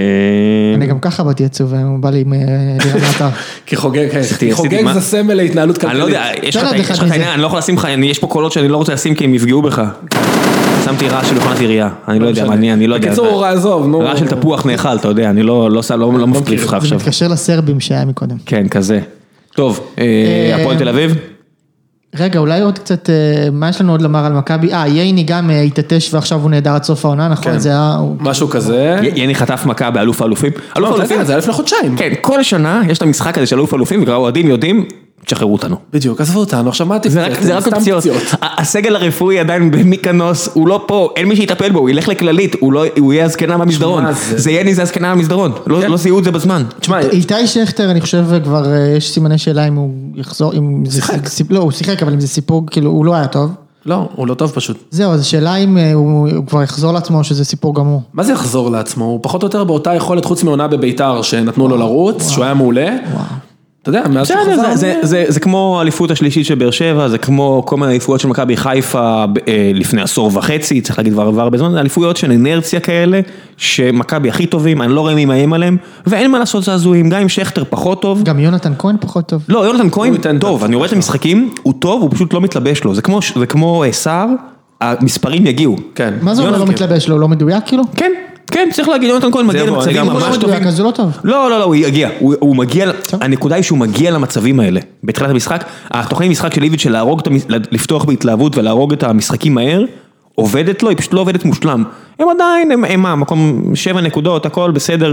אני גם ככה באתי עצוב, הוא בא לי עם דירה מעטר. כי חוגג זה סמל להתנהלות כלכלית. אני לא יודע, יש לך עניין, אני לא יכול לשים לך, יש פה קולות שאני לא רוצה לשים כי הם יפגעו בך. שמתי רעש של מכונת עירייה, אני לא יודע, אני לא יודע. בקיצור, עזוב, רעש של תפוח נאכל, אתה יודע, אני לא מפריף לך עכשיו. זה מתקשר לסרבים שהיה מקודם. כן, כזה. טוב, הפועל תל אביב. רגע, אולי עוד קצת, מה יש לנו עוד לומר על מכבי? ייני גם התעטש ועכשיו הוא נהדר עד סוף העונה, נכון? זה היה... משהו כזה. ייני חטף מכה באלוף האלופים. זה היה לפני חודשיים. כן, כל שנה יש את המשחק הזה של אלוף האלופים, וכבר אוהדים יודעים, תשחררו אותנו. בדיוק, עזבו אותנו, עכשיו מה התפציעות? זה רק פציעות. הסגל הרפואי עדיין במיקנוס, הוא לא פה, אין מי שיטפל בו, הוא ילך לכללית, הוא יהיה הזקנה מהמסדרון. זה ייני זה הזקנה מהמסדרון, לא זיהו את זה בזמן. איתי שכטר, אני חושב, כבר יש סימני שאלה אם הוא יחזור, לא, הוא שיחק, אבל אם זה סיפור, כאילו, הוא לא היה טוב. לא, הוא לא טוב פשוט. זהו, אז השאלה אם הוא כבר יחזור לעצמו, שזה סיפור גמור. מה זה יחזור לעצמו? הוא פחות או יותר באותה יכולת חוץ מעונה בביתר, שנתנו לו לרוץ, שהוא היה מעולה. אתה יודע, מאז זה כמו האליפות השלישית של באר שבע, זה כמו כל מיני אליפויות של מכבי חיפה לפני 10 וחצי, צריך להגיד כבר בזמן, זה אליפויות של אינרציה כאלה, שמכבי הכי טובים, אני לא רואה מי מאיים עליהם, ואין מה לעשות זעזועים, גם אם שכטר פחות טוב. גם יונתן כהן פחות טוב. לא, יונתן כהן טוב, אני רואה את המשחקים, הוא טוב, הוא פשוט לא מתלבש לו, זה כמו סער, המספרים יגיעו. מה זה לא מתלבש לו, הוא לא מדויק כאילו? כן, צריך להגיד, יונתן כהן מגיע למצבים ממש טובים. אז זה לא טוב. לא, הוא יגיע, הוא מגיע, הנקודה היא שהוא מגיע למצבים האלה, בתחילת המשחק, התוכנית משחק של איביץ' של לפתוח בהתלהבות ולהרוג את המשחקים מהר, עובדת לו, היא פשוט לא עובדת מושלם. הם עדיין, הם מקום 7 נקודות, הכל בסדר.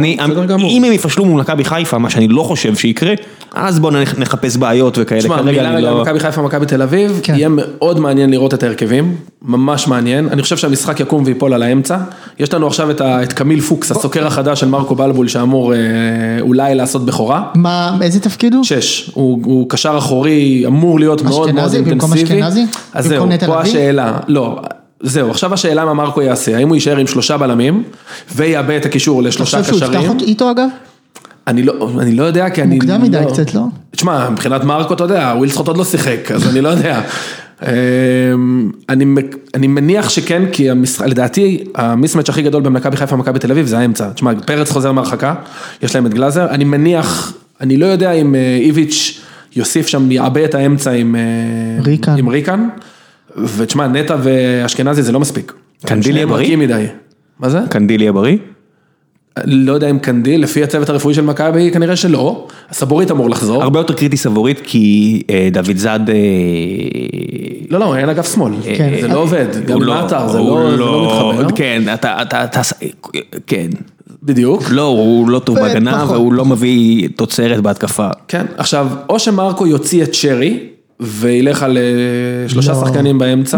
אם הם יפשלו מול מכבי חיפה, מה שאני לא חושב שיקרה, אז בואו נחפש בעיות וכאלה. תשמע, מילה רגע מכבי חיפה, מכבי תל אביב, יהיה מאוד מעניין לראות את ההרכבים, ממש מעניין. אני חושב שהמשחק יקום ויפול על האמצע. יש לנו עכשיו את קמיל פוקס, הסוקר החדש של מרקו בלבול, שאמור אולי לעשות בכורה. מה, איזה תפקיד הוא? 6. הוא קשר אחורי, אמור להיות מאוד מאוד אינטנסיבי. אז זהו, פה השאלה, לא. זהו, עכשיו השאלה מה מרקו יעשה, האם הוא יישאר עם 3 בלמים, ויאבד את הקישור ל3 קשרים. אתה חושב שהוא יפתח איתו אגב? אני לא יודע, כי אני... מוקדם מדי קצת, לא? תשמע, מבחינת מרקו, אתה יודע, ווילסחוט עוד לא שיחק, אז אני לא יודע. אני מניח שכן, כי לדעתי, המיסמץ' הכי גדול במכבי חיפה ומכבי תל אביב זה האמצע. תשמע, פרץ חוזר מהרחקה, יש להם את גלאזר, אני מניח, אני לא יודע אם איביץ' יוסיף שם, יעבה את האמצע עם ריקן, ותשמע, נטע ואשכנזי זה לא מספיק. קנדיל יהיה בריא? מה זה? קנדיל יהיה בריא? לא יודע אם קנדיל, לפי הצוות הרפואי של מכבי כנראה שלא, סבורית אמור לחזור. הרבה יותר קריטי סבורית, כי דוד זד... לא, אין אגף שמאל, זה לא עובד, גם לאתר, זה לא מתחבר. כן, כן. בדיוק. לא, הוא לא טוב בהגנה, והוא לא מביא תוצרת בהתקפה. כן, עכשיו, או שמרקו יוציא את שרי, וילך על 3 שחקנים באמצע.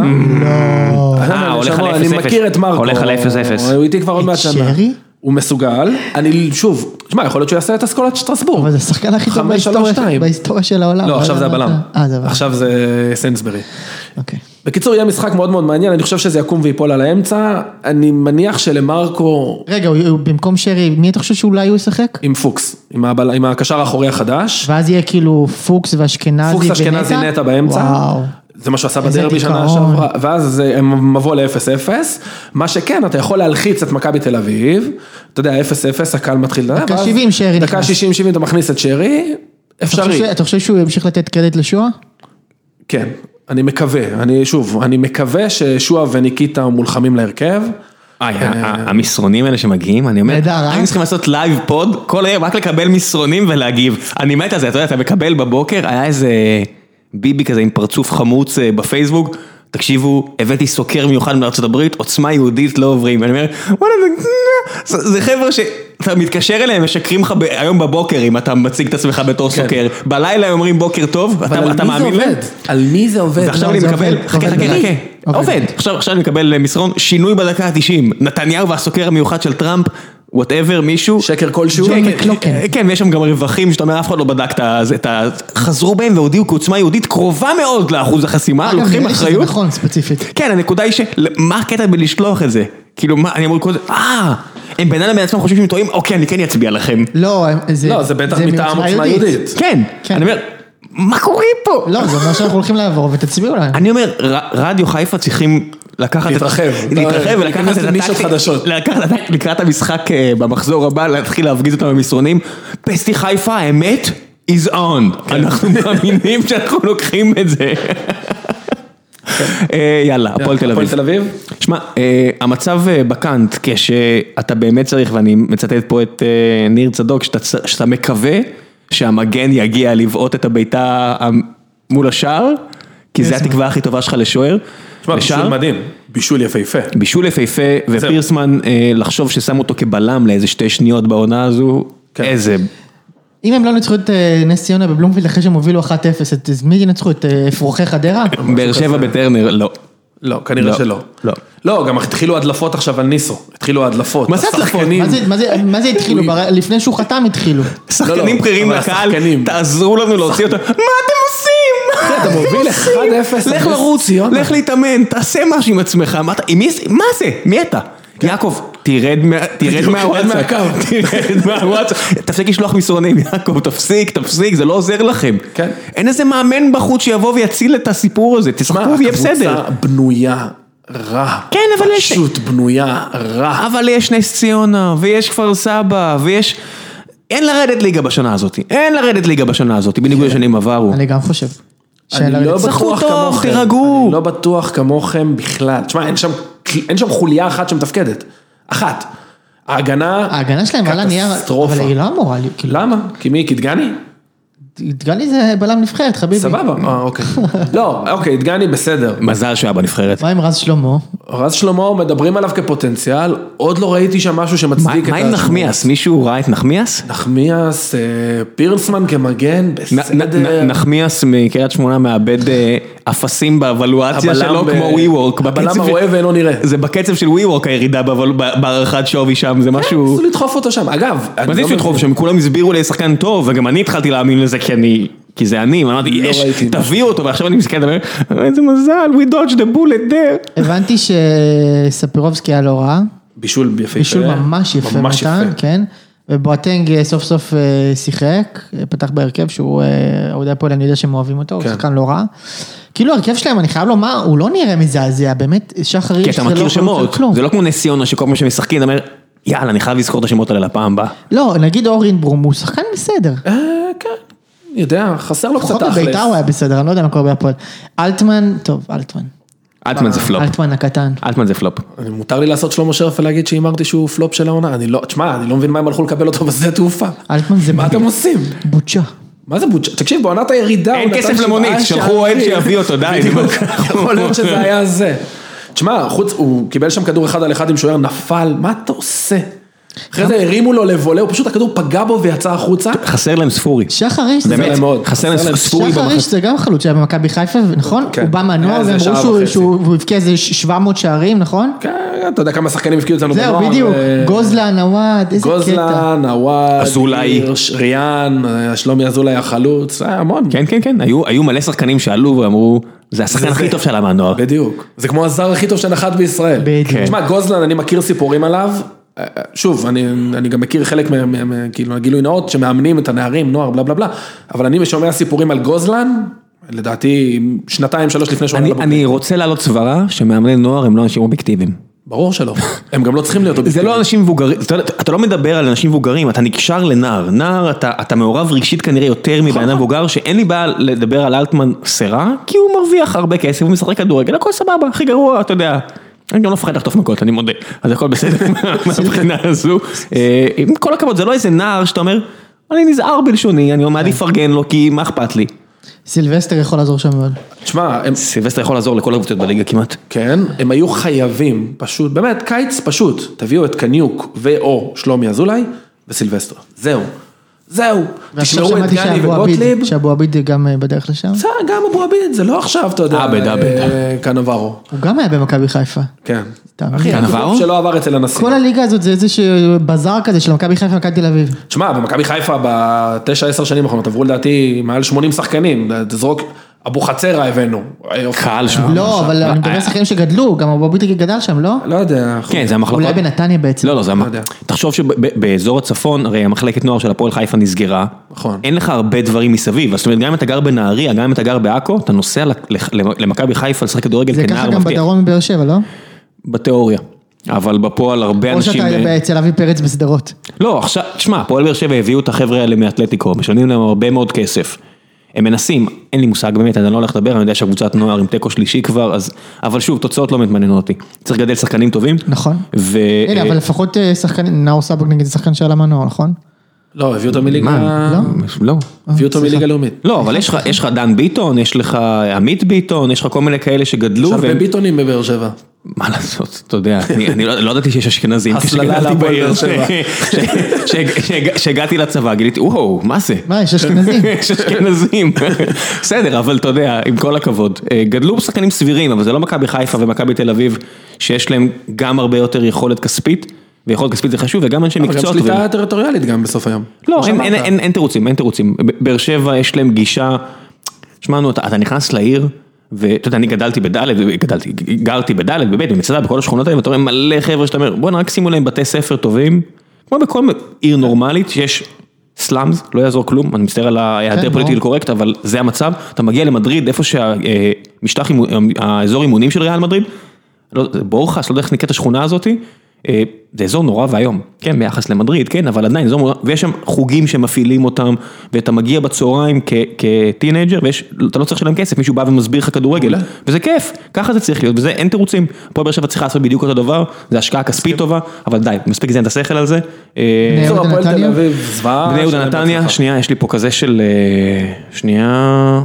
הולך על 0-0. אני מכיר את מרקו. הולך על 0-0. הוא איתי כבר עוד מעט שנה. את שרי? הוא מסוגל, אני שוב, תשמע, יכול להיות שהוא יעשה את אסכולת שטרסבורג. אבל זה השחקן הכי טוב בהיסטוריה של העולם. לא, עכשיו זה הבלם. עכשיו זה סיינסברי. אוקיי. בקיצור, יהיה משחק מאוד מאוד מעניין, אני חושב שזה יקום ויפול על האמצע, אני מניח שלמרקו... רגע, במקום שרי, מי אתה חושב שאולי הוא ישחק? עם פוקס, עם הקשר האחורי החדש. ואז יהיה כאילו פוקס ואשכנזי ונטע? פוקס אשכנזי נטע באמצע. וואו. זה מה שעשה בדרבי שנה שעברה, ואז הם מבוא ל-0-0, מה שכן, אתה יכול להלחיץ את מכבי תל אביב, אתה יודע, 0-0, הקהל מתחיל, דקה 70 שרי נכנס. דקה 60-70 אתה מכניס את שרי, אפשרי. אתה חושב שהוא ימשיך לתת קרדיט לשואה? כן, אני מקווה, אני מקווה ששועה וניקיטה מולחמים להרכב. המסרונים האלה שמגיעים, אני אומר, היינו צריכים לעשות לייב פוד, כל היום רק לקבל מסרונים ולהגיב, אני מת על זה, אתה יודע, אתה מקבל בבוקר, היה איזה ביבי כזה עם פרצוף חמוץ בפייסבוק, תקשיבו, הבאתי סוקר מיוחד מארצות הברית, עוצמה יהודית לא עוברים, ואני אומר, זה חבר'ה שאתה מתקשר אליהם, משקרים לך היום בבוקר, אם אתה מציג את עצמך בתור סוקר, בלילה אומרים בוקר טוב, אתה מאמין להם? על מי זה עובד? ועכשיו אני מקבל, חכה, עובד, עכשיו אני מקבל מסרון, שינוי בדקה ה-90, נתניהו והסוקר המיוחד של טראמפ, whatever, מישהו. שקר כלשהו. כן, ויש שם גם רווחים, שאתה אומר, אף אחד לא בדק את ה... חזרו בהם והודיעו כעוצמה יהודית קרובה מאוד לאחוז החסימה, לוקחים אחריות. זה נכון, ספציפית. כן, הנקודה היא מה הקטע בלשלוח את זה? כאילו, מה, אני אמור כל זה, הם ביניהם בעצמם חושבים שהם טועים, אוקיי, אני כן אצביע לכם. לא, זה בטח מטעם עוצמה יהודית. כן, אני אומר, מה קורה פה? לא, זה אומר שאנחנו הולכים לעבור ותצביעו להם. אני אומר, רדיו חיפה צריכים להתרחב ולקחת את נישות חדשות. לקראת המשחק במחזור הבא, להתחיל להפגיז אותם במסרונים, פסטי חיפה, האמת, is on. אנחנו מאמינים שאנחנו לוקחים את זה. יאללה, הפועל תל אביב. שמע, המצב בקאנט, כשאתה באמת צריך, ואני מצטט פה את ניר צדוק, שאתה מקווה שהמגן יגיע לבעוט את הביתה מול השער, כי זה התקווה הכי טובה שלך לשוער. תשמע, בישול מדהים, בישול יפהפה. בישול יפהפה, ופירסמן לחשוב ששם אותו כבלם לאיזה 2 שניות בעונה הזו, איזה... אם הם לא נצחו את נס ציונה בבלומפילד אחרי שהם הובילו 1-0, אז מי ינצחו את אפרוחי חדרה? באר שבע בטרנר, לא. לא, כנראה שלא. לא, גם התחילו הדלפות עכשיו על ניסו, התחילו הדלפות. מה זה הדלפות? מה זה התחילו? לפני שהוא חתם התחילו. שחקנים בכירים לקהל, תעזרו לנו להוציא אותו. מה אתם עושים? אתה מוביל 1-0. לך לרוץ, לך להתאמן, תעשה משהו עם עצמך. מה זה? מי אתה? יעקב, תרד מהוואטסאפ, תפסיק לשלוח מסרונים, יעקב, תפסיק, זה לא עוזר לכם. אין איזה מאמן בחוץ שיבוא ויציל את הסיפור הזה, תשחקו ויהיה בסדר. הקבוצה בנויה רע. כן, אבל יש... פשוט בנויה רע. אבל יש נס ציונה, ויש כפר סבא, ויש... אין לרדת ליגה בשנה הזאת, בניגוד לשנים עברו. אני גם חושב. אני לא בטוח כמוכם. תירגעו. אני לא בטוח כמוכם בכלל. תשמע, אין שם חוליה אחת שמתפקדת. אחת. ההגנה שלהם עלה נייר, אבל היא לא אמורה. למה? כי מי? כי דגני? דגני זה בלם נבחרת, חביבי. סבבה, אוקיי. לא, אוקיי, דגני בסדר. מזל שהיה בנבחרת. מה עם רז שלמה? רז שלמה, מדברים עליו כפוטנציאל, עוד לא ראיתי שם משהו שמצדיק את מה עם נחמיאס? מישהו ראה את נחמיאס? נחמיאס, פירסמן כמגן, בסדר. נחמיאס מקריית שמונה מאבד אפסים באבלואציה שלו כמו WeWork. הבלם הרואה ואינו נראה. זה בקצב של WeWork הירידה בהערכת שווי שם, זה משהו... ניסו לדחוף אותו שם, אגב. מה זה לדחוף שם? כולם הסבירו לי שחקן טוב, וגם אני התחלתי להאמין לזה כי זה אני, אמרתי, תביאו אותו, ועכשיו אני מסתכל, איזה מזל, we dodged the bullet there. הבנתי שספירובסקי היה לא רע. בישול יפה. בישול ממש יפה מתן, כן. ובואטנג סוף סוף שיחק, פתח בהרכב, שהוא אוהדי הפועל, אני יודע שהם אוהבים אותו, הוא שחקן לא רע. כאילו הרכב שלהם, אני חייב לומר, הוא לא נראה מזעזע, באמת, שחר כי אתה מכיר שמות, זה לא כמו נס ציונה שכל פעם שמשחקים, אתה אומר, יאללה, אני חייב לזכור את השמות האלה לפעם הבאה. לא, נגיד אורנברום, הוא שחקן בסדר. כן, יודע, חסר לו קצת לפחות תכלס. בביתר הוא היה בסדר, אני לא יודע מה קורה בהפועל. אלטמן, טוב, אלטמן. אלטמן זה פלופ. אלטמן הקטן. אלטמן זה פלופ. מותר לי לעשות שלמה שרף ולהגיד שאימרתי שהוא פלופ של העונה, תשמע, אני לא מבין מה הם הלכו לקבל אותו בשדה התעופה. אלטמן זה מה אתם עושים? בוצ'ה. מה זה בוצ'ה? תקשיב, בעונת הירידה... אין כסף למונית, שלחו אוהד שיביא אותו, די. יכול להיות שזה היה זה. תשמע, הוא קיבל שם כדור אחד על אחד עם שוער, נפל, מה אתה עושה? אחרי זה הרימו לו לבולה, הוא פשוט הכדור פגע בו ויצא החוצה. חסר להם ספורי. שחר איש, חסר להם ספורי שחר איש זה גם חלוץ שהיה במכבי חיפה, נכון? הוא בא מהנוער ואמרו שהוא הבקיע איזה 700 שערים, נכון? כן, אתה יודע כמה שחקנים הבקיעו אצלנו בנוער. זהו, בדיוק, גוזלן, עוואד, איזה קטע. גוזלן, עוואד, אזולאי. ריאן, שלומי אזולאי החלוץ, היה המון. כן, כן, כן, היו מלא שחקנים שעלו ואמרו, זה השחקן הכי טוב שלה מהנוער. בדיוק, זה כמו הזר הכי טוב שנחת בישראל. בדיוק. תשמע, גוזלן, אני מכיר סיפורים עליו, שוב, אני גם מכיר חלק כאילו, הגילוי נאות, שמאמנים את הנערים, נוער, בלה בלה בלה, אבל אני משומע סיפורים על גוזלן, לדעתי, 2-3 לפני שהוא... אני רוצה להעלות סברה, שמאמני נוער הם לא אנשים אובייקטיביים. ברור שלא, הם גם לא צריכים להיות זה אובייקטיביים. לא אנשים מבוגרים, אתה לא מדבר על אנשים מבוגרים, אתה נקשר לנער, נער אתה מעורב רגשית כנראה יותר מבן אדם מבוגר, שאין לי בעיה לדבר על אלטמן סרה, כי הוא מרוויח הרבה כסף, הוא משחק כדורגל, הכל סבבה, הכי גרוע, אתה יודע. אני גם לא מפחד לחטוף מכות, אני מודה, אז הכל בסדר מהבחינה הזו. עם כל הכבוד, זה לא איזה נער שאתה אומר, אני נזהר בלשוני, אני מעדיף לפרגן לו, כי מה אכפת לי? סילבסטר יכול לעזור שם מאוד. תשמע, סילבסטר יכול לעזור לכל הקבוצות בליגה כמעט. כן, הם היו חייבים, פשוט, באמת, קיץ פשוט, תביאו את קניוק ו/או שלומי אזולאי וסילבסטר, זהו, תשמרו את גני וגוטליב. שאבו עביד גם בדרך לשם? גם אבו עביד, זה לא עכשיו, אתה יודע, עבד. קנברו. הוא גם היה במכבי חיפה. כן. אחי, קנברו? שלא עבר אצל הנשיא. כל הליגה הזאת זה איזה בזאר כזה של מכבי חיפה ומכבי תל אביב. תשמע, במכבי חיפה ב9-10 שנים האחרונות עברו לדעתי מעל 80 שחקנים, תזרוק, אבו חצרה הבאנו. קהל שם. לא, אבל אני מדבר שחקנים שגדלו, גם אבו עביד גדל שם, לא? לא יודע. כן, זה המחלקות. אולי בנתניה בעצם. לא, זה תחשוב שבאזור הצפון, הרי המחלקת נוער של הפועל חיפה נסגרה. נכון. אין לך הרבה דברים מסביב, זאת אומרת, גם אם אתה גר בנהריה, גם אם אתה גר בעכו, אתה נוסע למכבי חיפה לשחק כדורגל כנער מבטיח. זה ככה גם בדרום מבאר שבע, לא? בתיאוריה. אבל בפועל הרבה אנשים... או שאתה אצל אבי פרץ בסדרות. לא, עכשיו, תשמע, הפועל באר שבע הביאו את החבר'ה האלה מאתלטיקו, משלמים להם הרבה מאוד כסף. הם מנסים, אין לי מושג באמת, אני לא הולך לדבר, אני יודע שהקבוצת נוער עם טקו שלישי כבר, אבל שוב, תוצאות לא מתמננות אותי. צריך לגדל שחקנים טובים. נכון. הנה, אבל לפחות שחקן, נאור סבק נגיד, זה שחקן שעלה מהנוער, נכון? לא, הביאו אותו מליגה... לא. הביאו אותו מליגה לאומית. לא, אבל יש לך דן ביטון, יש לך עמית ביטון, יש לך כל מיני כאלה שגדלו. יש הרבה ביטונים בבאר שבע. מה לעשות, אתה יודע, אני לא ידעתי שיש אשכנזים. הסללה לבאר שבע. שהגעתי לצבא, גיליתי, וואו, מה זה? מה, יש אשכנזים? יש אשכנזים. בסדר, אבל אתה יודע, עם כל הכבוד. גדלו שחקנים סבירים, אבל זה לא מכבי חיפה ומכבי תל אביב, שיש להם גם הרבה יותר יכולת כספית, ויכולת כספית זה חשוב, וגם אנשי מקצוע. אבל גם שליטה טריטוריאלית גם בסוף היום. לא, אין תירוצים. באר שבע יש להם גישה, שמענו, אתה נכנס לעיר, ואתה יודע, אני גרתי בדלת, בבית, במצדה, בכל השכונות האלה, ואתה רואה מלא חבר'ה שאתה אומר, בוא נרק שימו להם בתי ספר טובים, כמו בכל עיר נורמלית, שיש סלאמס, לא יעזור כלום, אני מצטער על ההיעדר פוליטיקלי קורקט, אבל זה המצב, אתה מגיע למדריד, איפה שהמשטח, האזור אימונים של ריאל מדריד, בורחס, לא יודע איך נקראת השכונה הזאת, זה אזור נורא והיום, כן, ביחס למדריד, כן, אבל עדיין, ויש שם חוגים שמפעילים אותם, ואתה מגיע בצהריים כטינג'ר, ואתה לא צריך לשלם כסף, מישהו בא ומסביר לך כדורגל, וזה כיף, ככה זה צריך להיות, וזה אין תירוצים, פה באר שבע צריכה לעשות בדיוק אותו דבר, זה השקעה כספית טובה, אבל די, מספיק זה אין את השכל על זה. בני יהודה נתניה? בני יהודה נתניה, שנייה, יש לי פה כזה של, שנייה,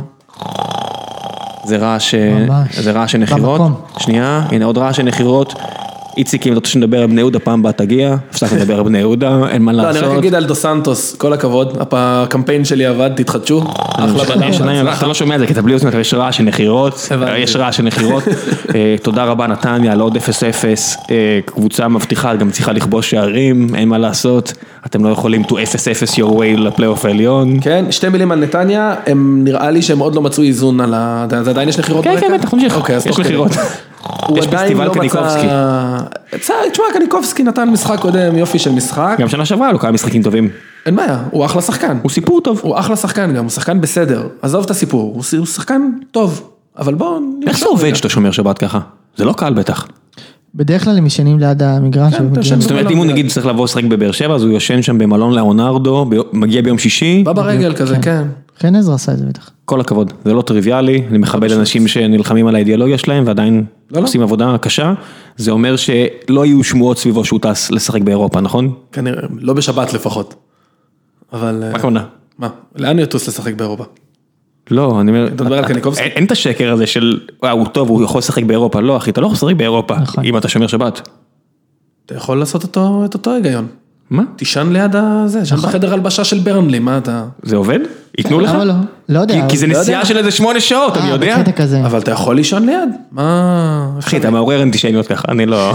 זה רעש של נחירות, שנייה, הנה עוד רעש של נחירות, איציק, אם אתה רוצה שנדבר על בני יהודה, פעם בה תגיע, אפשר לדבר על בני יהודה, אין מה לעשות. אני רק אגיד על דו סנטוס, כל הכבוד, הקמפיין שלי עבד, תתחדשו, אחלה בנם. אתה לא שומע את זה, כי אתה בלי אוזניות, יש רעש של נחירות, תודה רבה נתניה, על עוד 0-0, קבוצה מבטיחה, גם צריכה לכבוש שערים, אין מה לעשות, אתם לא יכולים to 0-0 your way לפלייאוף העליון. כן, שתי מילים על נתניה, הם נראה לי שהם עוד לא מצאו איזון על ה... זה עדיין יש נחירות ברקע? כן, בטח, נמשיך, יש נחירות. יש פסטיבל קניקובסקי. תשמע, קניקובסקי נתן משחק קודם, יופי של משחק. גם שנה שעברה, לו כמה משחקים טובים. אין בעיה, הוא אחלה שחקן. הוא סיפור טוב. הוא אחלה שחקן גם, הוא שחקן בסדר. עזוב את הסיפור, הוא שחקן טוב. אבל בואו... איך זה עובד שאתה שומר שבת ככה? זה לא קל בטח. בדרך כלל הם ישנים ליד המגרש. זאת אומרת, אם הוא נגיד צריך לבוא לשחק בבאר שבע, אז הוא יושן שם במלון לאונרדו, מגיע ביום שישי. בא ברגל כזה, כן. כן, עזרא עשה את זה בטח. כל הכבוד, זה לא טריוויאלי, אני מכבד אנשים שנלחמים על האידיאולוגיה שלהם, ועדיין עושים עבודה קשה. זה אומר שלא יהיו שמועות סביבו שהוא טס לשחק באירופה, נכון? כנראה, לא בשבת לפחות. אבל... מה כמונה? מה? לאן הוא יטוס לשחק באירופה? לא, אני אומר, אתה מדבר על קניקובסקי? אין את השקר הזה של, הוא טוב, הוא יכול לשחק באירופה. לא, אחי, אתה לא יכול לשחק באירופה, אם אתה שומר שבת. אתה יכול לעשות את אותו היגיון. מה? תישן ליד הזה, שם בחדר הלבשה של ברנלי, מה אתה... זה עובד? ייתנו לך? לא, לא יודע. כי זה נסיעה של איזה 8 שעות, אני יודע. בקטע כזה. אבל אתה יכול לישון ליד? מה... אחי, אתה מעורר אנטישמיות ככה, אני לא...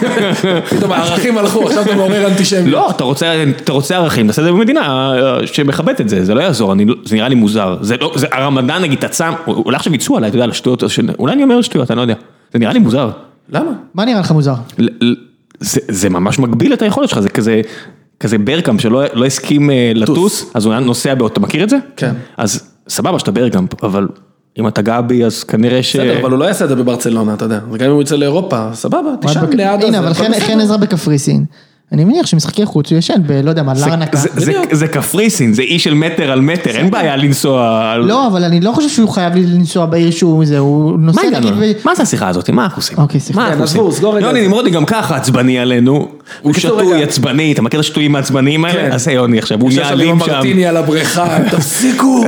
פתאום הערכים הלכו, עכשיו אתה מעורר אנטישמיות. לא, אתה רוצה ערכים, תעשה את זה במדינה שמכבדת את זה, זה לא יעזור, זה נראה לי מוזר. הרמדאן נגיד תצם, אולי עכשיו יצאו עליי, אתה יודע, לשטויות, אולי אני אומר שטויות, אני לא יודע. זה נראה לי מוזר. למה? מה נראה לך מוזר? זה ממש מגביל את היכולת שלך, זה כזה ברקאמפ שלא הסכים לטוס, אז הוא נוסע באוטו, אתה מכיר את זה? כן. אז סבבה שאתה ברקאמפ, אבל אם אתה גבי, אז כנראה בסדר, אבל הוא לא יעשה את זה בברצלונה, אתה יודע. גם אם הוא יצא לאירופה, סבבה, תשאר ליד. הנה, אבל חן עזרא בקפריסין. אני מניח שמשחקי חוץ הוא ישן לא יודע מה, לארנקה. זה קפריסין, זה אי של מטר על מטר, אין בעיה לנסוע... לא, אבל אני לא חושב שהוא חייב לנסוע בעיר שהוא זה, הוא נוסע... מה זה השיחה הזאת? מה אנחנו עושים? אוקיי, סליחה. יוני נמרודי גם ככה עצבני עלינו, הוא שטוי עצבני, אתה מכיר את השטויים העצבניים האלה? אז יוני עכשיו, הוא נעלים שם. מרטיני על הבריכה, תפסיקו.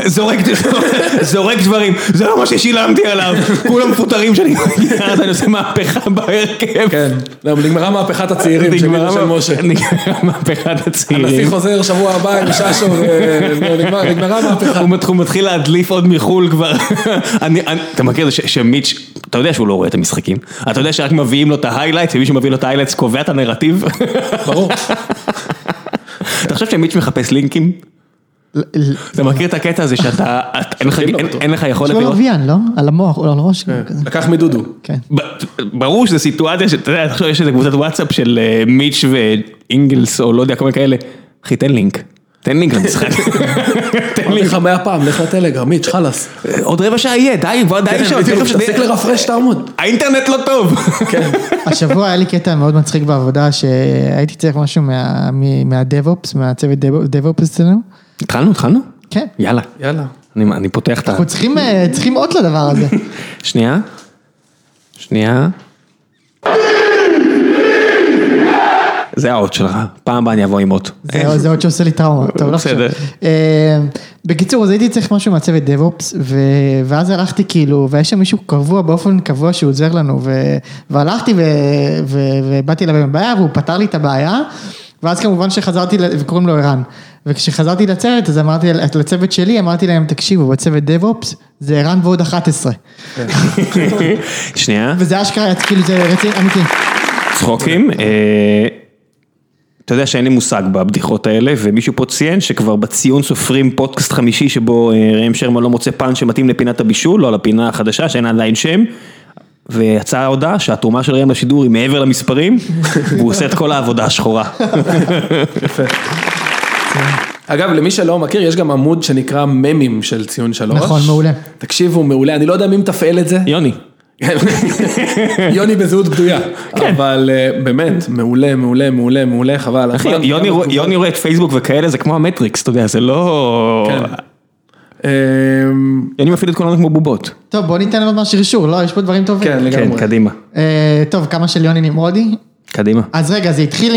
זורק דברים, זה לא מה ששילמתי עליו, כולם מפוטרים שאני מגיע, אז אני עושה מהפכה בהרכב. כן, נגמרה מהפכת הצעירים של משה. מהפכת הצעירים. הנשיא חוזר שבוע הבא עם ששו, נגמרה מהפכה. הוא מתחיל להדליף עוד מחול כבר. אתה מכיר שמיץ', אתה יודע שהוא לא רואה את המשחקים. אתה יודע שרק מביאים לו את ההיילייטס, ומישהו מביא לו את ההיילייטס קובע את הנרטיב. ברור. אתה חושב שמיץ' מחפש לינקים? אתה מכיר את הקטע הזה שאתה, אין לך יכולת יש לו לוויין, לא? על המוח, או על הראש. לקח מדודו. כן. ברור שזו סיטואציה שאתה יודע, עכשיו יש איזה קבוצת וואטסאפ של מיץ' ואינגלס, או לא יודע, כל מיני כאלה. אחי, תן לינק. תן לינק למשחק. אמרתי לך 100 פעם, לך לטלגרם, מיץ' חלאס. עוד רבע שעה יהיה, די, כבר די שעות. תפסיק לרפרש את העמוד. האינטרנט לא טוב. השבוע היה לי קטע מאוד מצחיק בעבודה, שהייתי צריך משהו מהדב-אופס, מהצוות דב-אופס אצלנו. התחלנו? כן. יאללה. אני פותח את ה... אנחנו צריכים עוד לדבר הזה. שנייה. זה האות שלך, פעם הבאה אני אבוא עם אות. זה אות שעושה לי טראומה, טוב, לא חושב. בקיצור, אז הייתי צריך משהו מהצוות דב-אופס, ואז הלכתי כאילו, ויש שם מישהו קבוע, באופן קבוע שהוא עוזר לנו, והלכתי ובאתי אליו עם הבעיה, והוא פתר לי את הבעיה, ואז כמובן שחזרתי, וקוראים לו ערן, וכשחזרתי לצוות, אז אמרתי לצוות שלי, אמרתי להם, תקשיבו, בצוות דב-אופס, זה ערן ועוד 11. שנייה. וזה אשכרה, כאילו זה רציני, אמיתי. צחוקים, אתה יודע שאין לי מושג בבדיחות האלה, ומישהו פה ציין שכבר בציון סופרים פודקאסט חמישי, שבו ראם שרמן לא מוצא פן שמתאים לפינת הבישול, לא לפינה החדשה, שאין עדיין שם, ויצאה ההודעה שהתרומה של ראם לשידור היא מעבר למספרים, והוא עושה את כל העבודה השחורה. יפה. אגב, למי שלא מכיר, יש גם עמוד שנקרא ממים של ציון 3. נכון, מעולה. תקשיבו, מעולה, אני לא יודע מי מתפעל את זה. יוני. יוני בזהות בדויה, אבל באמת, מעולה, חבל. אחי, יוני רואה את פייסבוק וכאלה, זה כמו המטריקס, אתה יודע, זה לא... יוני מפעיל את כולנו כמו בובות. טוב, בוא ניתן עוד מה שרשור, לא? יש פה דברים טובים. כן, לגמרי. כן, קדימה. טוב, כמה של יוני נמרודי? קדימה. אז רגע, זה התחיל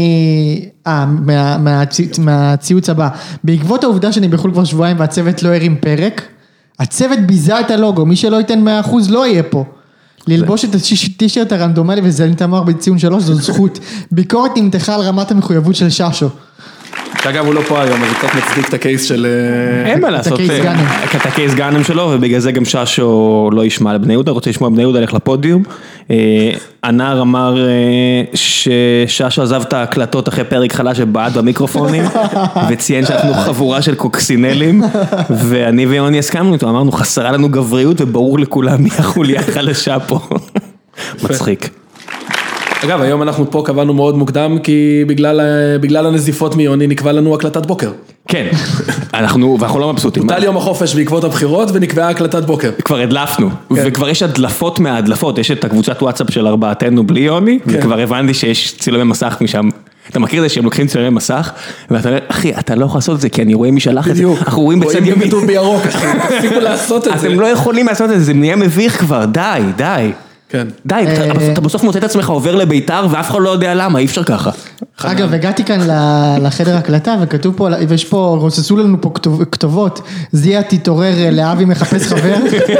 מהציוץ הבא. בעקבות העובדה שאני בחול כבר שבועיים והצוות לא הרים פרק, הצוות ביזה את הלוגו, מי שלא ייתן 100% לא יהיה פה. ללבוש את הטישרט הרנדומלי וזה נתמר בציון 3, זו זכות. ביקורת נמתחה על רמת המחויבות של ששו. שאגב הוא לא פה היום, אז הוא קצת מצדיק את הקייס של... אין מה לעשות, את הקייס גאנם שלו, ובגלל זה גם ששו לא ישמע לבני יהודה, רוצה לשמוע בני יהודה, הלך לפודיום. הנער אמר שששו עזב את ההקלטות אחרי פרק חלש שבעט במיקרופונים, וציין שאנחנו חבורה של קוקסינלים, ואני ויוני הסכמנו איתו, אמרנו חסרה לנו גבריות, וברור לכולם מי החוליה החלשה פה. מצחיק. אגב, היום אנחנו פה קבענו מאוד מוקדם, כי בגלל הנזיפות מיוני נקבע לנו הקלטת בוקר. כן, ואנחנו לא מבסוטים. בוטל יום החופש בעקבות הבחירות ונקבעה הקלטת בוקר. כבר הדלפנו, וכבר יש הדלפות מההדלפות, יש את הקבוצת וואטסאפ של ארבעתנו בלי יוני, וכבר הבנתי שיש צילומי מסך משם. אתה מכיר את זה שהם לוקחים צילומי מסך, ואתה אומר, אחי, אתה לא יכול לעשות את זה, כי אני רואה מי שלח את זה, אנחנו רואים בצד ימין. כתוב בירוק, אחי, תפסיקו לעשות את זה. אתם לא יכולים לעשות את זה, זה נהיה מביך כבר, די. כן. די, אתה בסוף מוצא את עצמך עובר לביתר, ואף אחד לא יודע למה, אי אפשר ככה. אגב, הגעתי כאן לחדר הקלטה, וכתוב פה, ויש פה, רוססו לנו פה כתובות, זיה תתעורר לאבי מחפש חבר.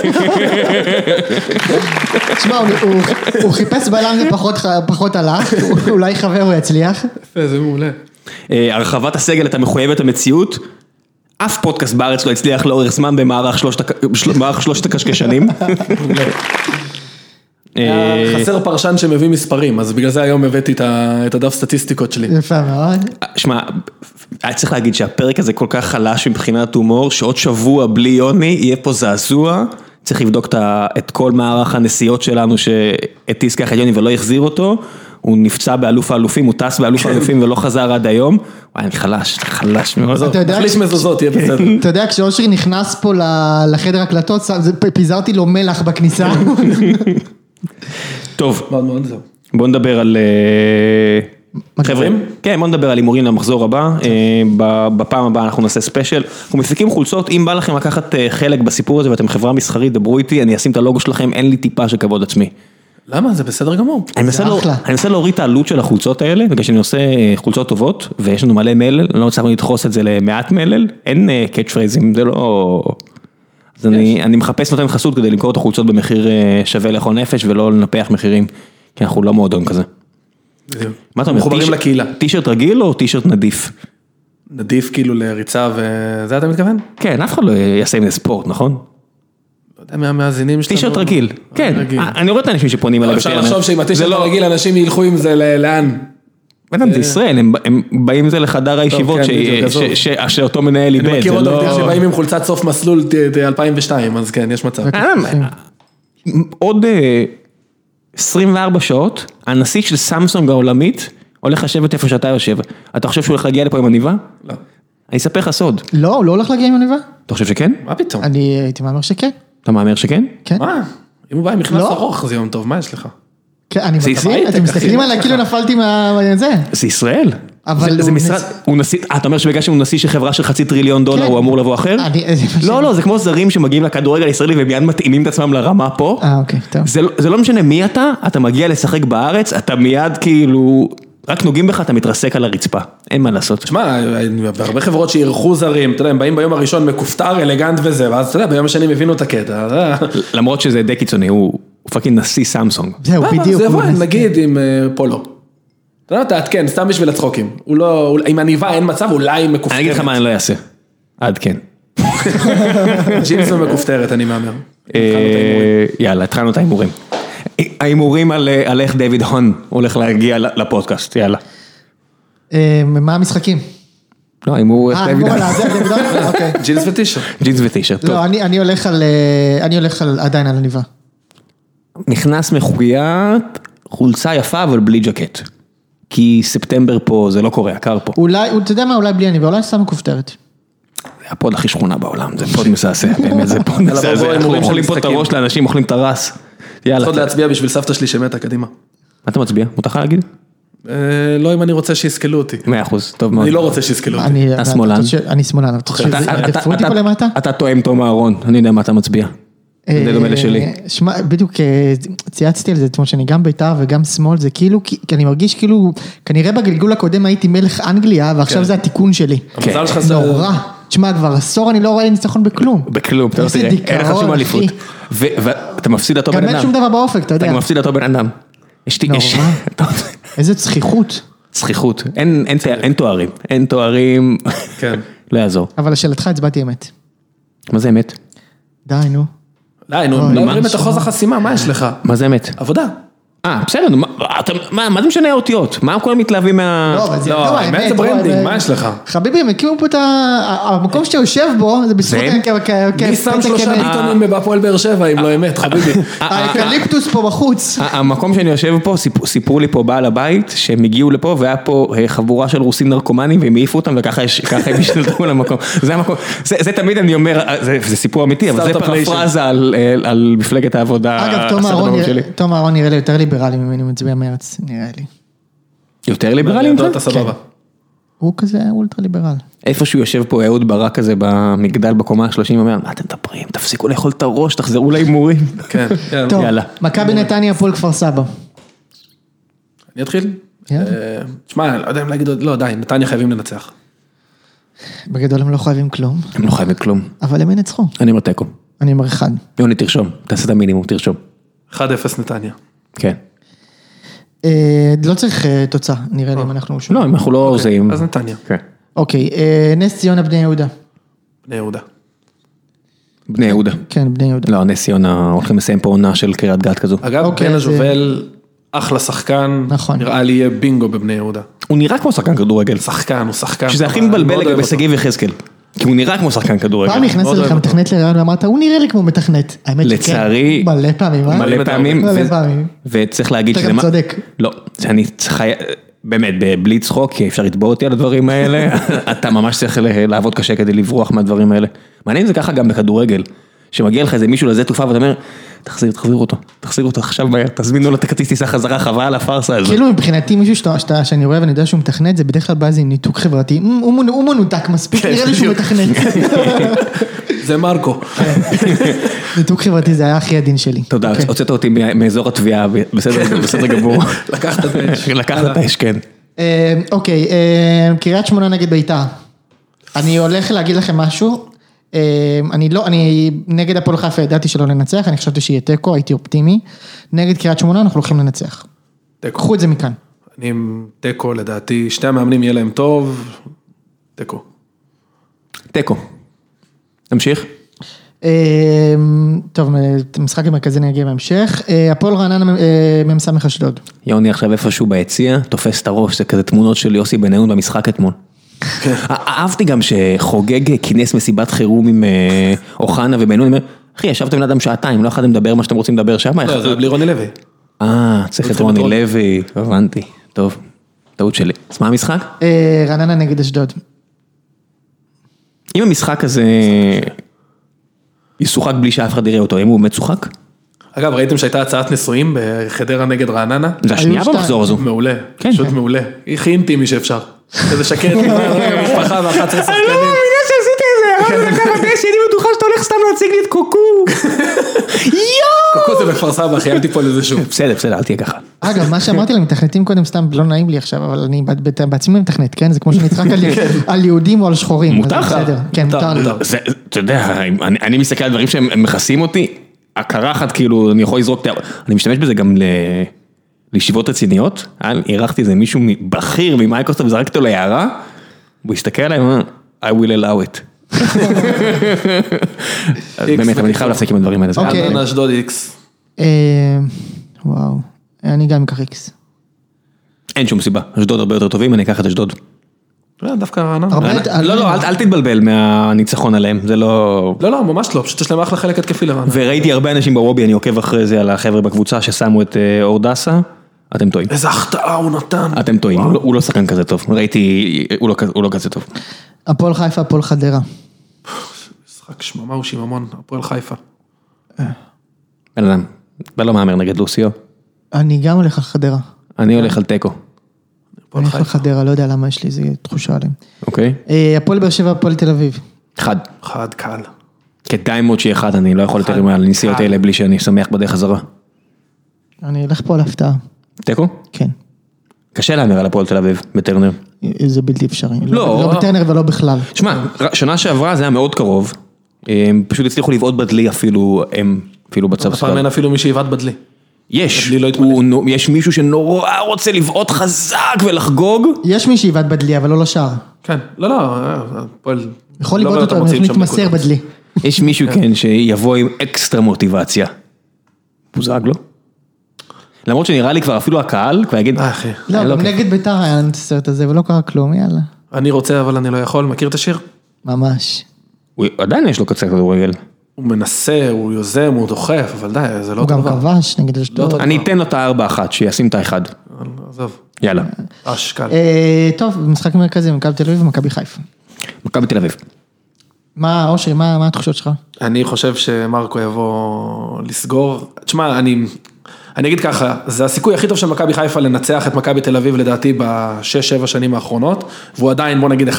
תשמע, הוא חיפש בלם, זה פחות הלך, אולי חבר הוא יצליח. יפה, זה מעולה. הרחבת הסגל, אתה מחויבת המציאות, אף פודקאסט בארץ לא הצליח לאורך זמן במערך שלושת הקשקשנים. חסר פרשן שמביא מספרים, אז בגלל זה היום הבאתי את הדף סטטיסטיקות שלי. יפה מאוד. שמע, צריך להגיד שהפרק הזה כל כך חלש מבחינת הומור, שעוד שבוע בלי יוני יהיה פה זעזוע, צריך לבדוק את כל מערך הנסיעות שלנו שהטיס ככה יוני ולא יחזיר אותו, הוא נפצע באלוף האלופים, הוא טס באלוף האלופים ולא חזר עד היום, וואי, אני חלש מאוד. תחליש מזוזות, יהיה בסדר. אתה יודע, כשאושרי נכנס פה לחדר הקלטות, פיזרתי לו מלח בכניסה. טוב, מאוד מאוד זהו. בוא נדבר על... חברים? כן, בוא נדבר על הימורים למחזור הבא, בפעם הבאה אנחנו נעשה ספיישל, אנחנו מפיקים חולצות, אם בא לכם לקחת חלק בסיפור הזה ואתם חברה מסחרית, דברו איתי, אני אשים את הלוגו שלכם, אין לי טיפה של כבוד עצמי. למה? זה בסדר גמור. אני מנסה להוריד את העלות של החולצות האלה, בגלל שאני עושה חולצות טובות, ויש לנו מלא מלל, לא הצלחנו לדחוס את זה למעט מלל, אין קאץ' פרייזים, זה לא... אז אני מחפש נותן חסות כדי למכור את החולצות במחיר שווה לכל נפש, ולא לנפח מחירים, כי אנחנו לא מועדון כזה. מה אתה אומר? מחוברים לקהילה. טישרט רגיל או טישרט נדיף? נדיף כאילו לריצה וזה אתה מתכוון? כן, אף אחד לא יעשה עם זה ספורט, נכון? לא יודע מהמאזינים שלנו. טישרט רגיל, כן. אני רואה את האנשים שפונים אליי. אפשר לחשוב שעם הטישרט הרגיל אנשים ילכו עם זה לאן? בטח, זה ישראל, הם באים עם זה לחדר הישיבות שאותו מנהל איבד. אני מכיר עוד עובדים שבאים עם חולצת סוף מסלול 2002, אז כן, יש מצב. עוד 24 שעות, הנשיא של סמסונג העולמית הולך לשבת איפה שאתה יושב. אתה חושב שהוא הולך להגיע לפה עם עניבה? לא. אני אספר לך סוד. לא, הוא לא הולך להגיע עם עניבה? אתה חושב שכן? מה פתאום? אני הייתי מאמר שכן. אתה מאמר שכן? כן. מה? אם הוא בא עם מכנס ארוך, זה יום טוב, מה יש לך? כן, אני מבין, אתם מסתכלים עליי כאילו נפלתי מהזה. זה ישראל. אבל זה משרד, הוא נשיא, אתה אומר שבגלל שהוא נשיא של חברה של $500 מיליון, הוא אמור לבוא אחר? לא, זה כמו זרים שמגיעים לכדורגל הישראלי ומיד מתאימים את עצמם לרמה פה. אוקיי, טוב. זה לא משנה מי אתה מגיע לשחק בארץ, אתה מיד כאילו, רק נוגעים בך, אתה מתרסק על הרצפה, אין מה לעשות. תשמע, בהרבה חברות שירחו זרים, אתה יודע, הם באים ביום הראשון מקופטר, אלגנט וזה, ואז אתה יודע, ביום השני מבינו את הקטע. למרות שזה די קיצוני, הוא פאקינג נשיא סמסונג. זהו, בדיוק. זה יבוא, נגיד עם פולו. אתה יודע, תעדכן, סתם בשביל הצחוקים. עם עניבה אין מצב, אולי מקופטרת. אני אגיד לך מה אני לא אעשה. עד כן. ג'ינס ומקופטרת, אני מאמר. יאללה, התחלנו את ההימורים. ההימורים על איך דיוויד הון הולך להגיע לפודקאסט, יאללה. מה המשחקים? לא, הימור איך דיוויד הון. אוקיי. ג'ינס וטישרט. ג'ינס וטישרט, טוב. לא, אני הולך עדיין על עניבה. נכנס מחויית, חולצה יפה, אבל בלי ג'קט. כי ספטמבר פה, זה לא קורה, הקר פה. אולי, אתה יודע מה, אולי בלי עניבה, אולי שמה כופתרת. זה הפוד הכי שכונה בעולם, זה פוד מסעסע, באמת זה פוד מסעסע. אנחנו אוכלים פה את הראש לאנשים, אוכלים את הרס. יאללה. צריך להצביע בשביל סבתא שלי שמתה, קדימה. מה אתה מצביע? מותר לך להגיד? לא אם אני רוצה שיסכלו אותי. 100%, טוב מאוד. אני לא רוצה שיסכלו אותי. אתה שמאלן? אני שמאלן, אתה חושב שדפו אותי פה למטה? אתה טועם תום אהרון, אני יודע מה אתה מצביע. זה דומה לשלי. שמע, בדיוק צייצתי על זה אתמול שאני גם בית"ר וגם שמאל, זה כאילו, כי אני מרגיש כאילו, כנראה בגלגול הקודם הייתי מלך אנגליה, ועכשיו זה התיקון שלי. המזל שלך נורא. תשמע, כבר עשור אני לא רואה ניצחון בכלום. בכלום, אתה תראה, אין לך שום אליפות. ואתה מפסיד אותו בן אדם. גם אין שום דבר באופק, אתה יודע. אתה מפסיד אותו בן אדם. נורא. איזה צחיחות. צחיחות, אין תוארים. אין תוארים, לא יעזור. אבל לשאלתך הצבעתי אמת. מה זה אמת? די, נו. די, נו, לא אומרים את אחוז החסימה, מה יש לך? מה זה אמת? עבודה. בסדר, מה זה משנה האותיות? מה כולם מתלהבים מה... לא, אבל זה לא, האמת זה ברנדינג, מה יש לך? חביבי, הם הקימו פה את המקום שאתה יושב בו, זה בזכות... מי שם 3 ביטונים בפועל באר שבע, אם לא אמת, חביבי. האקליפטוס פה בחוץ. המקום שאני יושב פה, סיפרו לי פה בעל הבית, שהם הגיעו לפה, והיה פה חבורה של רוסים נרקומנים, והם העיפו אותם, וככה הם השתלטו למקום. זה המקום, זה תמיד אני אומר, זה סיפור אמיתי, אבל זה פרפרזה על מפלגת העבודה. אגב, תום אהרון נראה לי יותר ליברלי ממני מצביע מרץ, נראה לי. יותר ליברלי ממך? אתה סבבה. הוא כזה אולטרה ליברל. איפה שהוא יושב פה, אהוד ברק כזה במגדל בקומה ה-30, אומר, מה אתם מדברים? תפסיקו לאכול את הראש, תחזרו להימורים. כן, כן. טוב, מכבי נתניה, הפועל כפר סבא. אני אתחיל? תשמע, לא יודע אם להגיד, לא, די, נתניה חייבים לנצח. בגדול הם לא חייבים כלום. הם לא חייבים כלום. אבל הם ינצחו. אני אומר תיקו. אני אומר 1. יוני, תרשום, תעשה את המינימום, תרשום. 1-0 נתניה. כן. לא צריך תוצאה, נראה לי אם אנחנו... לא, אם אנחנו לא עוזעים. אז נתניה. אוקיי, נס ציונה בני יהודה. בני יהודה. בני יהודה. כן, בני יהודה. לא, נס ציונה, הולכים לסיים פה עונה של קריית גת כזו. אגב, בן הז'ובל, אחלה שחקן. נכון. נראה לי יהיה בינגו בבני יהודה. הוא נראה כמו שחקן כדורגל. שחקן, הוא שחקן. שזה הכי מבלבל לגבי שגיב וחזקאל. כי הוא נראה כמו שחקן כדורגל. פעם נכנס לך מתכנת לרעיון ואמרת, הוא נראה לי כמו מתכנת. האמת שכן. לצערי. מלא פעמים, אה? מלא פעמים. מלא פעמים. וצריך להגיד אתה גם צודק. לא, אני צריך, באמת, בלי צחוק, כי אפשר לתבוע אותי על הדברים האלה, אתה ממש צריך לעבוד קשה כדי לברוח מהדברים האלה. מעניין זה ככה גם בכדורגל, שמגיע לך איזה מישהו לזה תעופה, ואתה אומר, תחזיר אותו עכשיו מהר, תזמינו לו את הכרטיס טיסה חזרה, חבל על הפרסה הזאת. כאילו מבחינתי מישהו שאני רואה ואני יודע שהוא מתכנת, זה בדרך כלל בא איזה ניתוק חברתי, הוא מנותק מספיק, נראה לי שהוא מתכנת. זה מרקו. ניתוק חברתי זה היה הכי עדין שלי. תודה, הוצאת אותי מאזור התביעה, בסדר גמור. לקחת את האש. לקחת את האש, כן. אוקיי, קריית שמונה נגד ביתר. אני הולך להגיד לכם משהו, אני נגד הפועל חיפה ידעתי שלא לנצח, אני חשבתי שיהיה תיקו, הייתי אופטימי, נגד קריית שמונה אנחנו הולכים לנצח. קחו את זה מכאן. אני עם תיקו לדעתי, שתי המאמנים יהיה להם טוב, תיקו. תיקו. תמשיך. טוב, משחק המרכזי נגיע בהמשך, הפועל רעננה מ"ס אשדוד. יוני עכשיו איפשהו ביציע, תופס את הראש, זה כזה תמונות של יוסי בניון במשחק אתמול. אהבתי גם שחוגג כינס מסיבת חירום עם אוחנה ובניון, אחי, ישבתם לאדם שעתיים, לא יכולתם לדבר מה שאתם רוצים לדבר שם? לא, זה בלי רוני לוי. צריך את רוני לוי, הבנתי, טוב, טעות שלי. אז מה המשחק? רעננה נגד אשדוד. אם המשחק הזה ישוחק בלי שאף אחד יראה אותו, אם הוא באמת שוחק? אגב, ראיתם שהייתה הצעת נישואים בחדרה נגד רעננה? זה השנייה במחזור הזו. מעולה, פשוט מעולה. הכי אינטימי שאפשר. כזה שקט, משפחה ו11 שחקנים. אני בטוחה שאתה הולך סתם להציג לי את קוקו. קוקו זה בכפר סבא, אחי, אל תיפול לזה שוב. בסדר, אל תהיה ככה. אגב, מה שאמרתי להם, מתכנתים קודם, סתם לא נעים לי עכשיו, אבל אני בעצמי מתכנת, כן? זה כמו שנצחק על יהודים או על שחורים. מותר לך. כן, מותר לי. אתה יודע, אני מסתכל על דברים שהם מכסים אותי, הקרחת, כאילו, אני יכול לזרוק, אני משתמש בזה גם לישיבות רציניות, ערכתי איזה מישהו בכיר ממייקרוסופט, וזרקתי לו ליערה, הוא הסתכל עליי, I will allow it. באמת, אבל אני חייב להפסיק עם הדברים האלה. רעננה אשדוד איקס. וואו, אני גם אקח איקס. אין שום סיבה, אשדוד הרבה יותר טובים, אני אקח את אשדוד. דווקא רעננה. לא, אל תתבלבל מהניצחון עליהם, זה לא... לא, ממש לא, פשוט יש להם אחלה חלק התקפי לרעננה. וראיתי הרבה אנשים בוובי, אני עוקב אחרי זה על החבר'ה בקבוצה ששמו את אורדסה, אתם טועים. איזה החטאה הוא נתן. אתם טועים, הוא לא שחקן כזה טוב, ראיתי, הוא לא כזה טוב. הפועל חיפה, הפועל חדרה. משחק שממה הוא שיממון, הפועל חיפה. בן אדם, לא מאמר נגד לוסיו. אני גם הולך על חדרה. אני הולך על תיקו. אני הולך על חדרה, לא יודע למה יש לי איזו תחושה עליהם. אוקיי. הפועל באר שבע, הפועל תל אביב. אחד קל. כדאי מאוד שיהיה אחד, אני לא יכול יותר עם הנסיעות האלה בלי שאני שמח בדרך חזרה. אני הולך פה על הפתעה. תיקו? כן. קשה להמר על הפועל תל אביב, בטרנר. זה בלתי אפשרי. לא בטרנר ולא בכלל. שמע, שנה שעברה זה היה מאוד קרוב, פשוט הצליחו לבעוט בדלי אפילו בצד הפעם אין אפילו מי שיבעט בדלי. יש מישהו שנורא רוצה לבעוט חזק ולחגוג. יש מי שיבעט בדלי, אבל לא לשער. כן, לא, הפועל... יכול לבעוט אותו, אבל מתמסר בדלי. יש מישהו כן שיבוא עם אקסטרה מוטיבציה. בוזגלו? למרות שנראה לי כבר אפילו הקהל, כבר יגיד, אחי. לא, גם נגד ביתר היה את הסרט הזה, ולא קרה כלום, יאללה. אני רוצה, אבל אני לא יכול. מכיר את השיר? ממש. עדיין יש לו קצת כדורגל. הוא מנסה, הוא יוזם, הוא דוחף, אבל די, זה לא הוא גם טובה. כבש נגד אשדוד. אני אתן לו את ה4-1, שישים את ה1. עזוב. יאללה. קל. טוב, משחק מרכזי, מכבי תל אביב ומכבי חיפה. מכבי תל אביב. מה, אושרי, מה התחושות שלך? אני חושב שמרקו יבוא לסגור. תשמע, אני אגיד ככה, זה הסיכוי הכי טוב של מכבי חיפה לנצח את מכבי תל אביב לדעתי ב6-7 שנים האחרונות, והוא עדיין, בוא נגיד 1-4.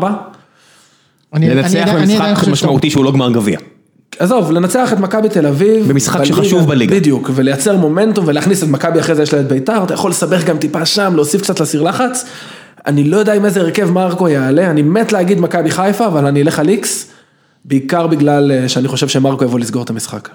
לנצח במשחק משמעותי שהוא לא גמר גביע. עזוב, לנצח את מכבי תל אביב. במשחק שחשוב בליגה. בדיוק, ולייצר מומנטום ולהכניס את מכבי אחרי זה יש לה את ביתר, אתה יכול לסבך גם טיפה שם, להוסיף קצת לסיר לחץ. אני לא יודע עם איזה הרכב מרקו יעלה, אני מת להגיד מכבי חיפה, אבל אני אלך על איקס, בעיקר בגלל שאני חושב שמרקו יבוא לסגור את המשחק.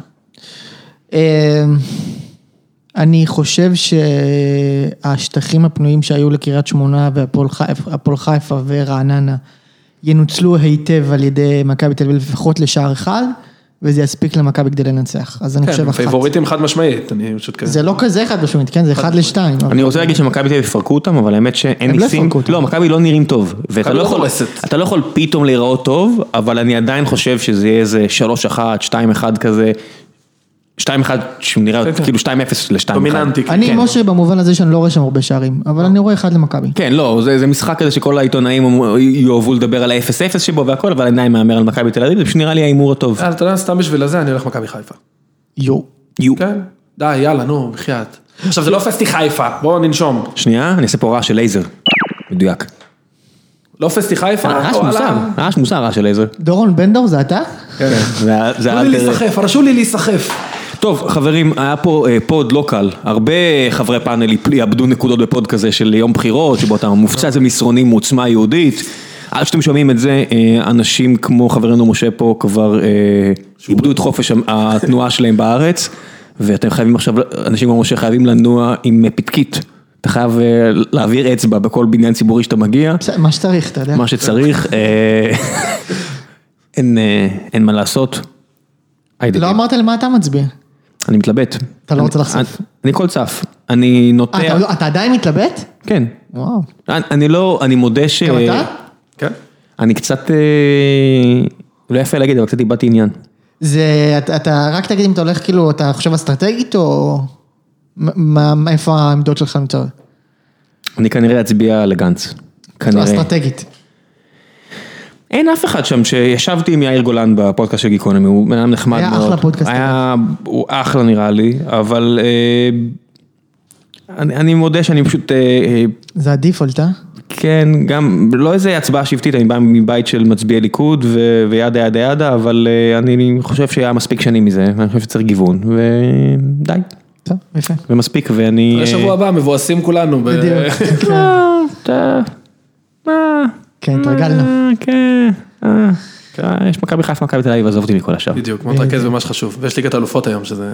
אני חושב שהשטחים הפנויים שהיו לקריית שמונה והפועל חיפה ורעננה ינוצלו היטב על ידי מכבי תל אביב לפחות לשער אחד, וזה יספיק למכבי כדי לנצח. אז אני חושב כן, פייבוריטים חד משמעית, אני פשוט כזה. זה לא כזה חד משמעית, כן, זה 1-2. אני רוצה להגיד שמכבי תל אביב יפרקו אותם, אבל האמת שאין ניסים. לא, מכבי לא נראים טוב. ואתה לא יכול פתאום להיראות טוב, אבל אני עדיין חושב שזה יהיה איזה 3-1, 2-1 כזה. 2-1 שנראה כאילו 2-0 ל-2-1. דומיננטי. אני משה במובן הזה שאני לא רואה שם הרבה שערים, אבל אני רואה 1 למכבי. כן, לא, זה משחק כזה שכל העיתונאים יאהבו לדבר על ה-0-0 שבו והכל, אבל עדיין מאמר על מכבי תל אביב, זה שנראה לי האימור הטוב. אתה יודע, סתם בשביל הזה אני הולך מכבי חיפה. יו. כן, די, יאללה, נו, בחייאת. עכשיו זה לא פסטי חיפה, בואו ננשום. שנייה, אני אעשה פה רעש של לייזר. מדויק. לא פסטי חיפה, רעש מוסר, רעש של לייזר. דורון בנדור, זה אתה? כן, זה רשו לי להיסחף, רשו לי להיסחף. טוב, חברים, היה פה פוד לא קל, הרבה חברי פאנל יאבדו נקודות בפוד כזה של יום בחירות, שבו אתה מופצץ במסרונים מעוצמה יהודית, עד שאתם שומעים את זה, אנשים כמו חברנו משה פה כבר איבדו את חופש התנועה שלהם בארץ, ואתם חייבים עכשיו, אנשים כמו משה חייבים לנוע עם פתקית, אתה חייב להעביר אצבע בכל בניין ציבורי שאתה מגיע. מה שצריך, אתה יודע. מה שצריך, אין מה לעשות. לא אמרת למה אתה מצביע. אני מתלבט. אתה לא רוצה לחשוף. אני כל צף. אני נוטה... אתה עדיין מתלבט? כן. וואו. אני לא, אני מודה ש... גם אתה? כן. אני קצת... לא יפה להגיד, אבל קצת איבדתי עניין. זה, אתה רק תגיד אם אתה הולך כאילו, אתה חושב אסטרטגית או... איפה העמדות שלך נמצאות? אני כנראה אצביע לגנץ. כנראה. אסטרטגית. אין אף אחד שם שישבתי עם יאיר גולן בפודקאסט של גיקונומי, הוא בנאדם נחמד מאוד. היה אחלה פודקאסט. הוא אחלה נראה לי, אבל אני מודה שאני פשוט... זה הדיפולט, אה? כן, גם לא איזה הצבעה שבטית, אני בא מבית של מצביעי ליכוד וידה ידה ידה, אבל אני חושב שהיה מספיק שנים מזה, ואני חושב שצריך גיוון, ודי. טוב, יפה. ומספיק, ואני... לשבוע הבא מבואסים כולנו. בדיוק. כן, התרגלנו. כן, יש מכבי חיפה, מכבי תל אביב, עזוב אותי מכל השאר. בדיוק, מאוד תרכז במה שחשוב, ויש ליגת האלופות היום, שזה...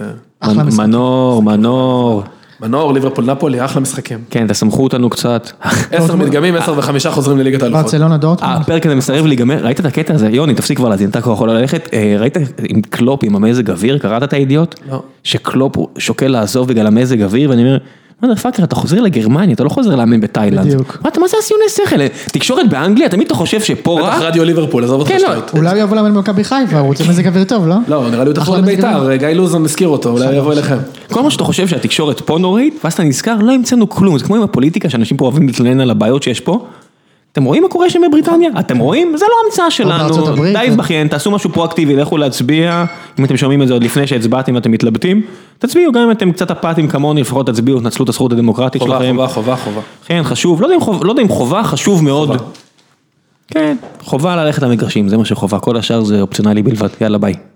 מנור, ליברפול, נפולי, אחלה משחקים. כן, תסמכו אותנו קצת. 10 מדגמים, 10 ו5 חוזרים לליגת האלופות. ברצלונה דורטמונד. הפרק הזה מסרב להיגמר, ראית את הקטע הזה? יוני, תפסיק כבר להזין, אתה כבר יכול ללכת, ראית עם קלופ, עם המזג אוויר, קראת את הידיעות? לא. שקלופ שוקל לעזוב בגלל המזג אוויר, ואני אומר, מה פאקר, אתה חוזר לגרמניה, אתה לא חוזר לאמן בתאילנד. בדיוק. מה זה הסיוני שכל? תקשורת באנגליה, תמיד אתה חושב שפה רע? בטח רדיו ליברפול, עזוב אותך שטויות. אולי הוא יבוא לאמן במכבי חיפה, הוא רוצה מזג אוויר טוב, לא? לא, נראה לי הוא תחזור לביתר, גיא לוזון מזכיר אותו, אולי הוא יבוא אליכם. כל מה שאתה חושב שהתקשורת פה נוראית, ואז אתה נזכר, לא המצאנו כלום, זה כמו עם הפוליטיקה, שאנשים פה אוהבים להתלונן על הבעיות שיש פה. אתם רואים מה קורה שם בבריטניה? אתם רואים? זה לא המצאה שלנו, די בכיין, תעשו משהו פרואקטיבי, לכו להצביע, אם אתם שומעים את זה עוד לפני שהצבעתם ואתם מתלבטים, תצביעו, גם אם אתם קצת אפאתים כמוני, לפחות תצביעו, תנצלו את הזכות הדמוקרטית שלכם. חובה. כן, חשוב, לא יודע אם חובה, חשוב מאוד. כן, חובה ללכת למגרשים, זה מה שחובה, כל השאר זה אופציונלי בלבד, יאללה ביי.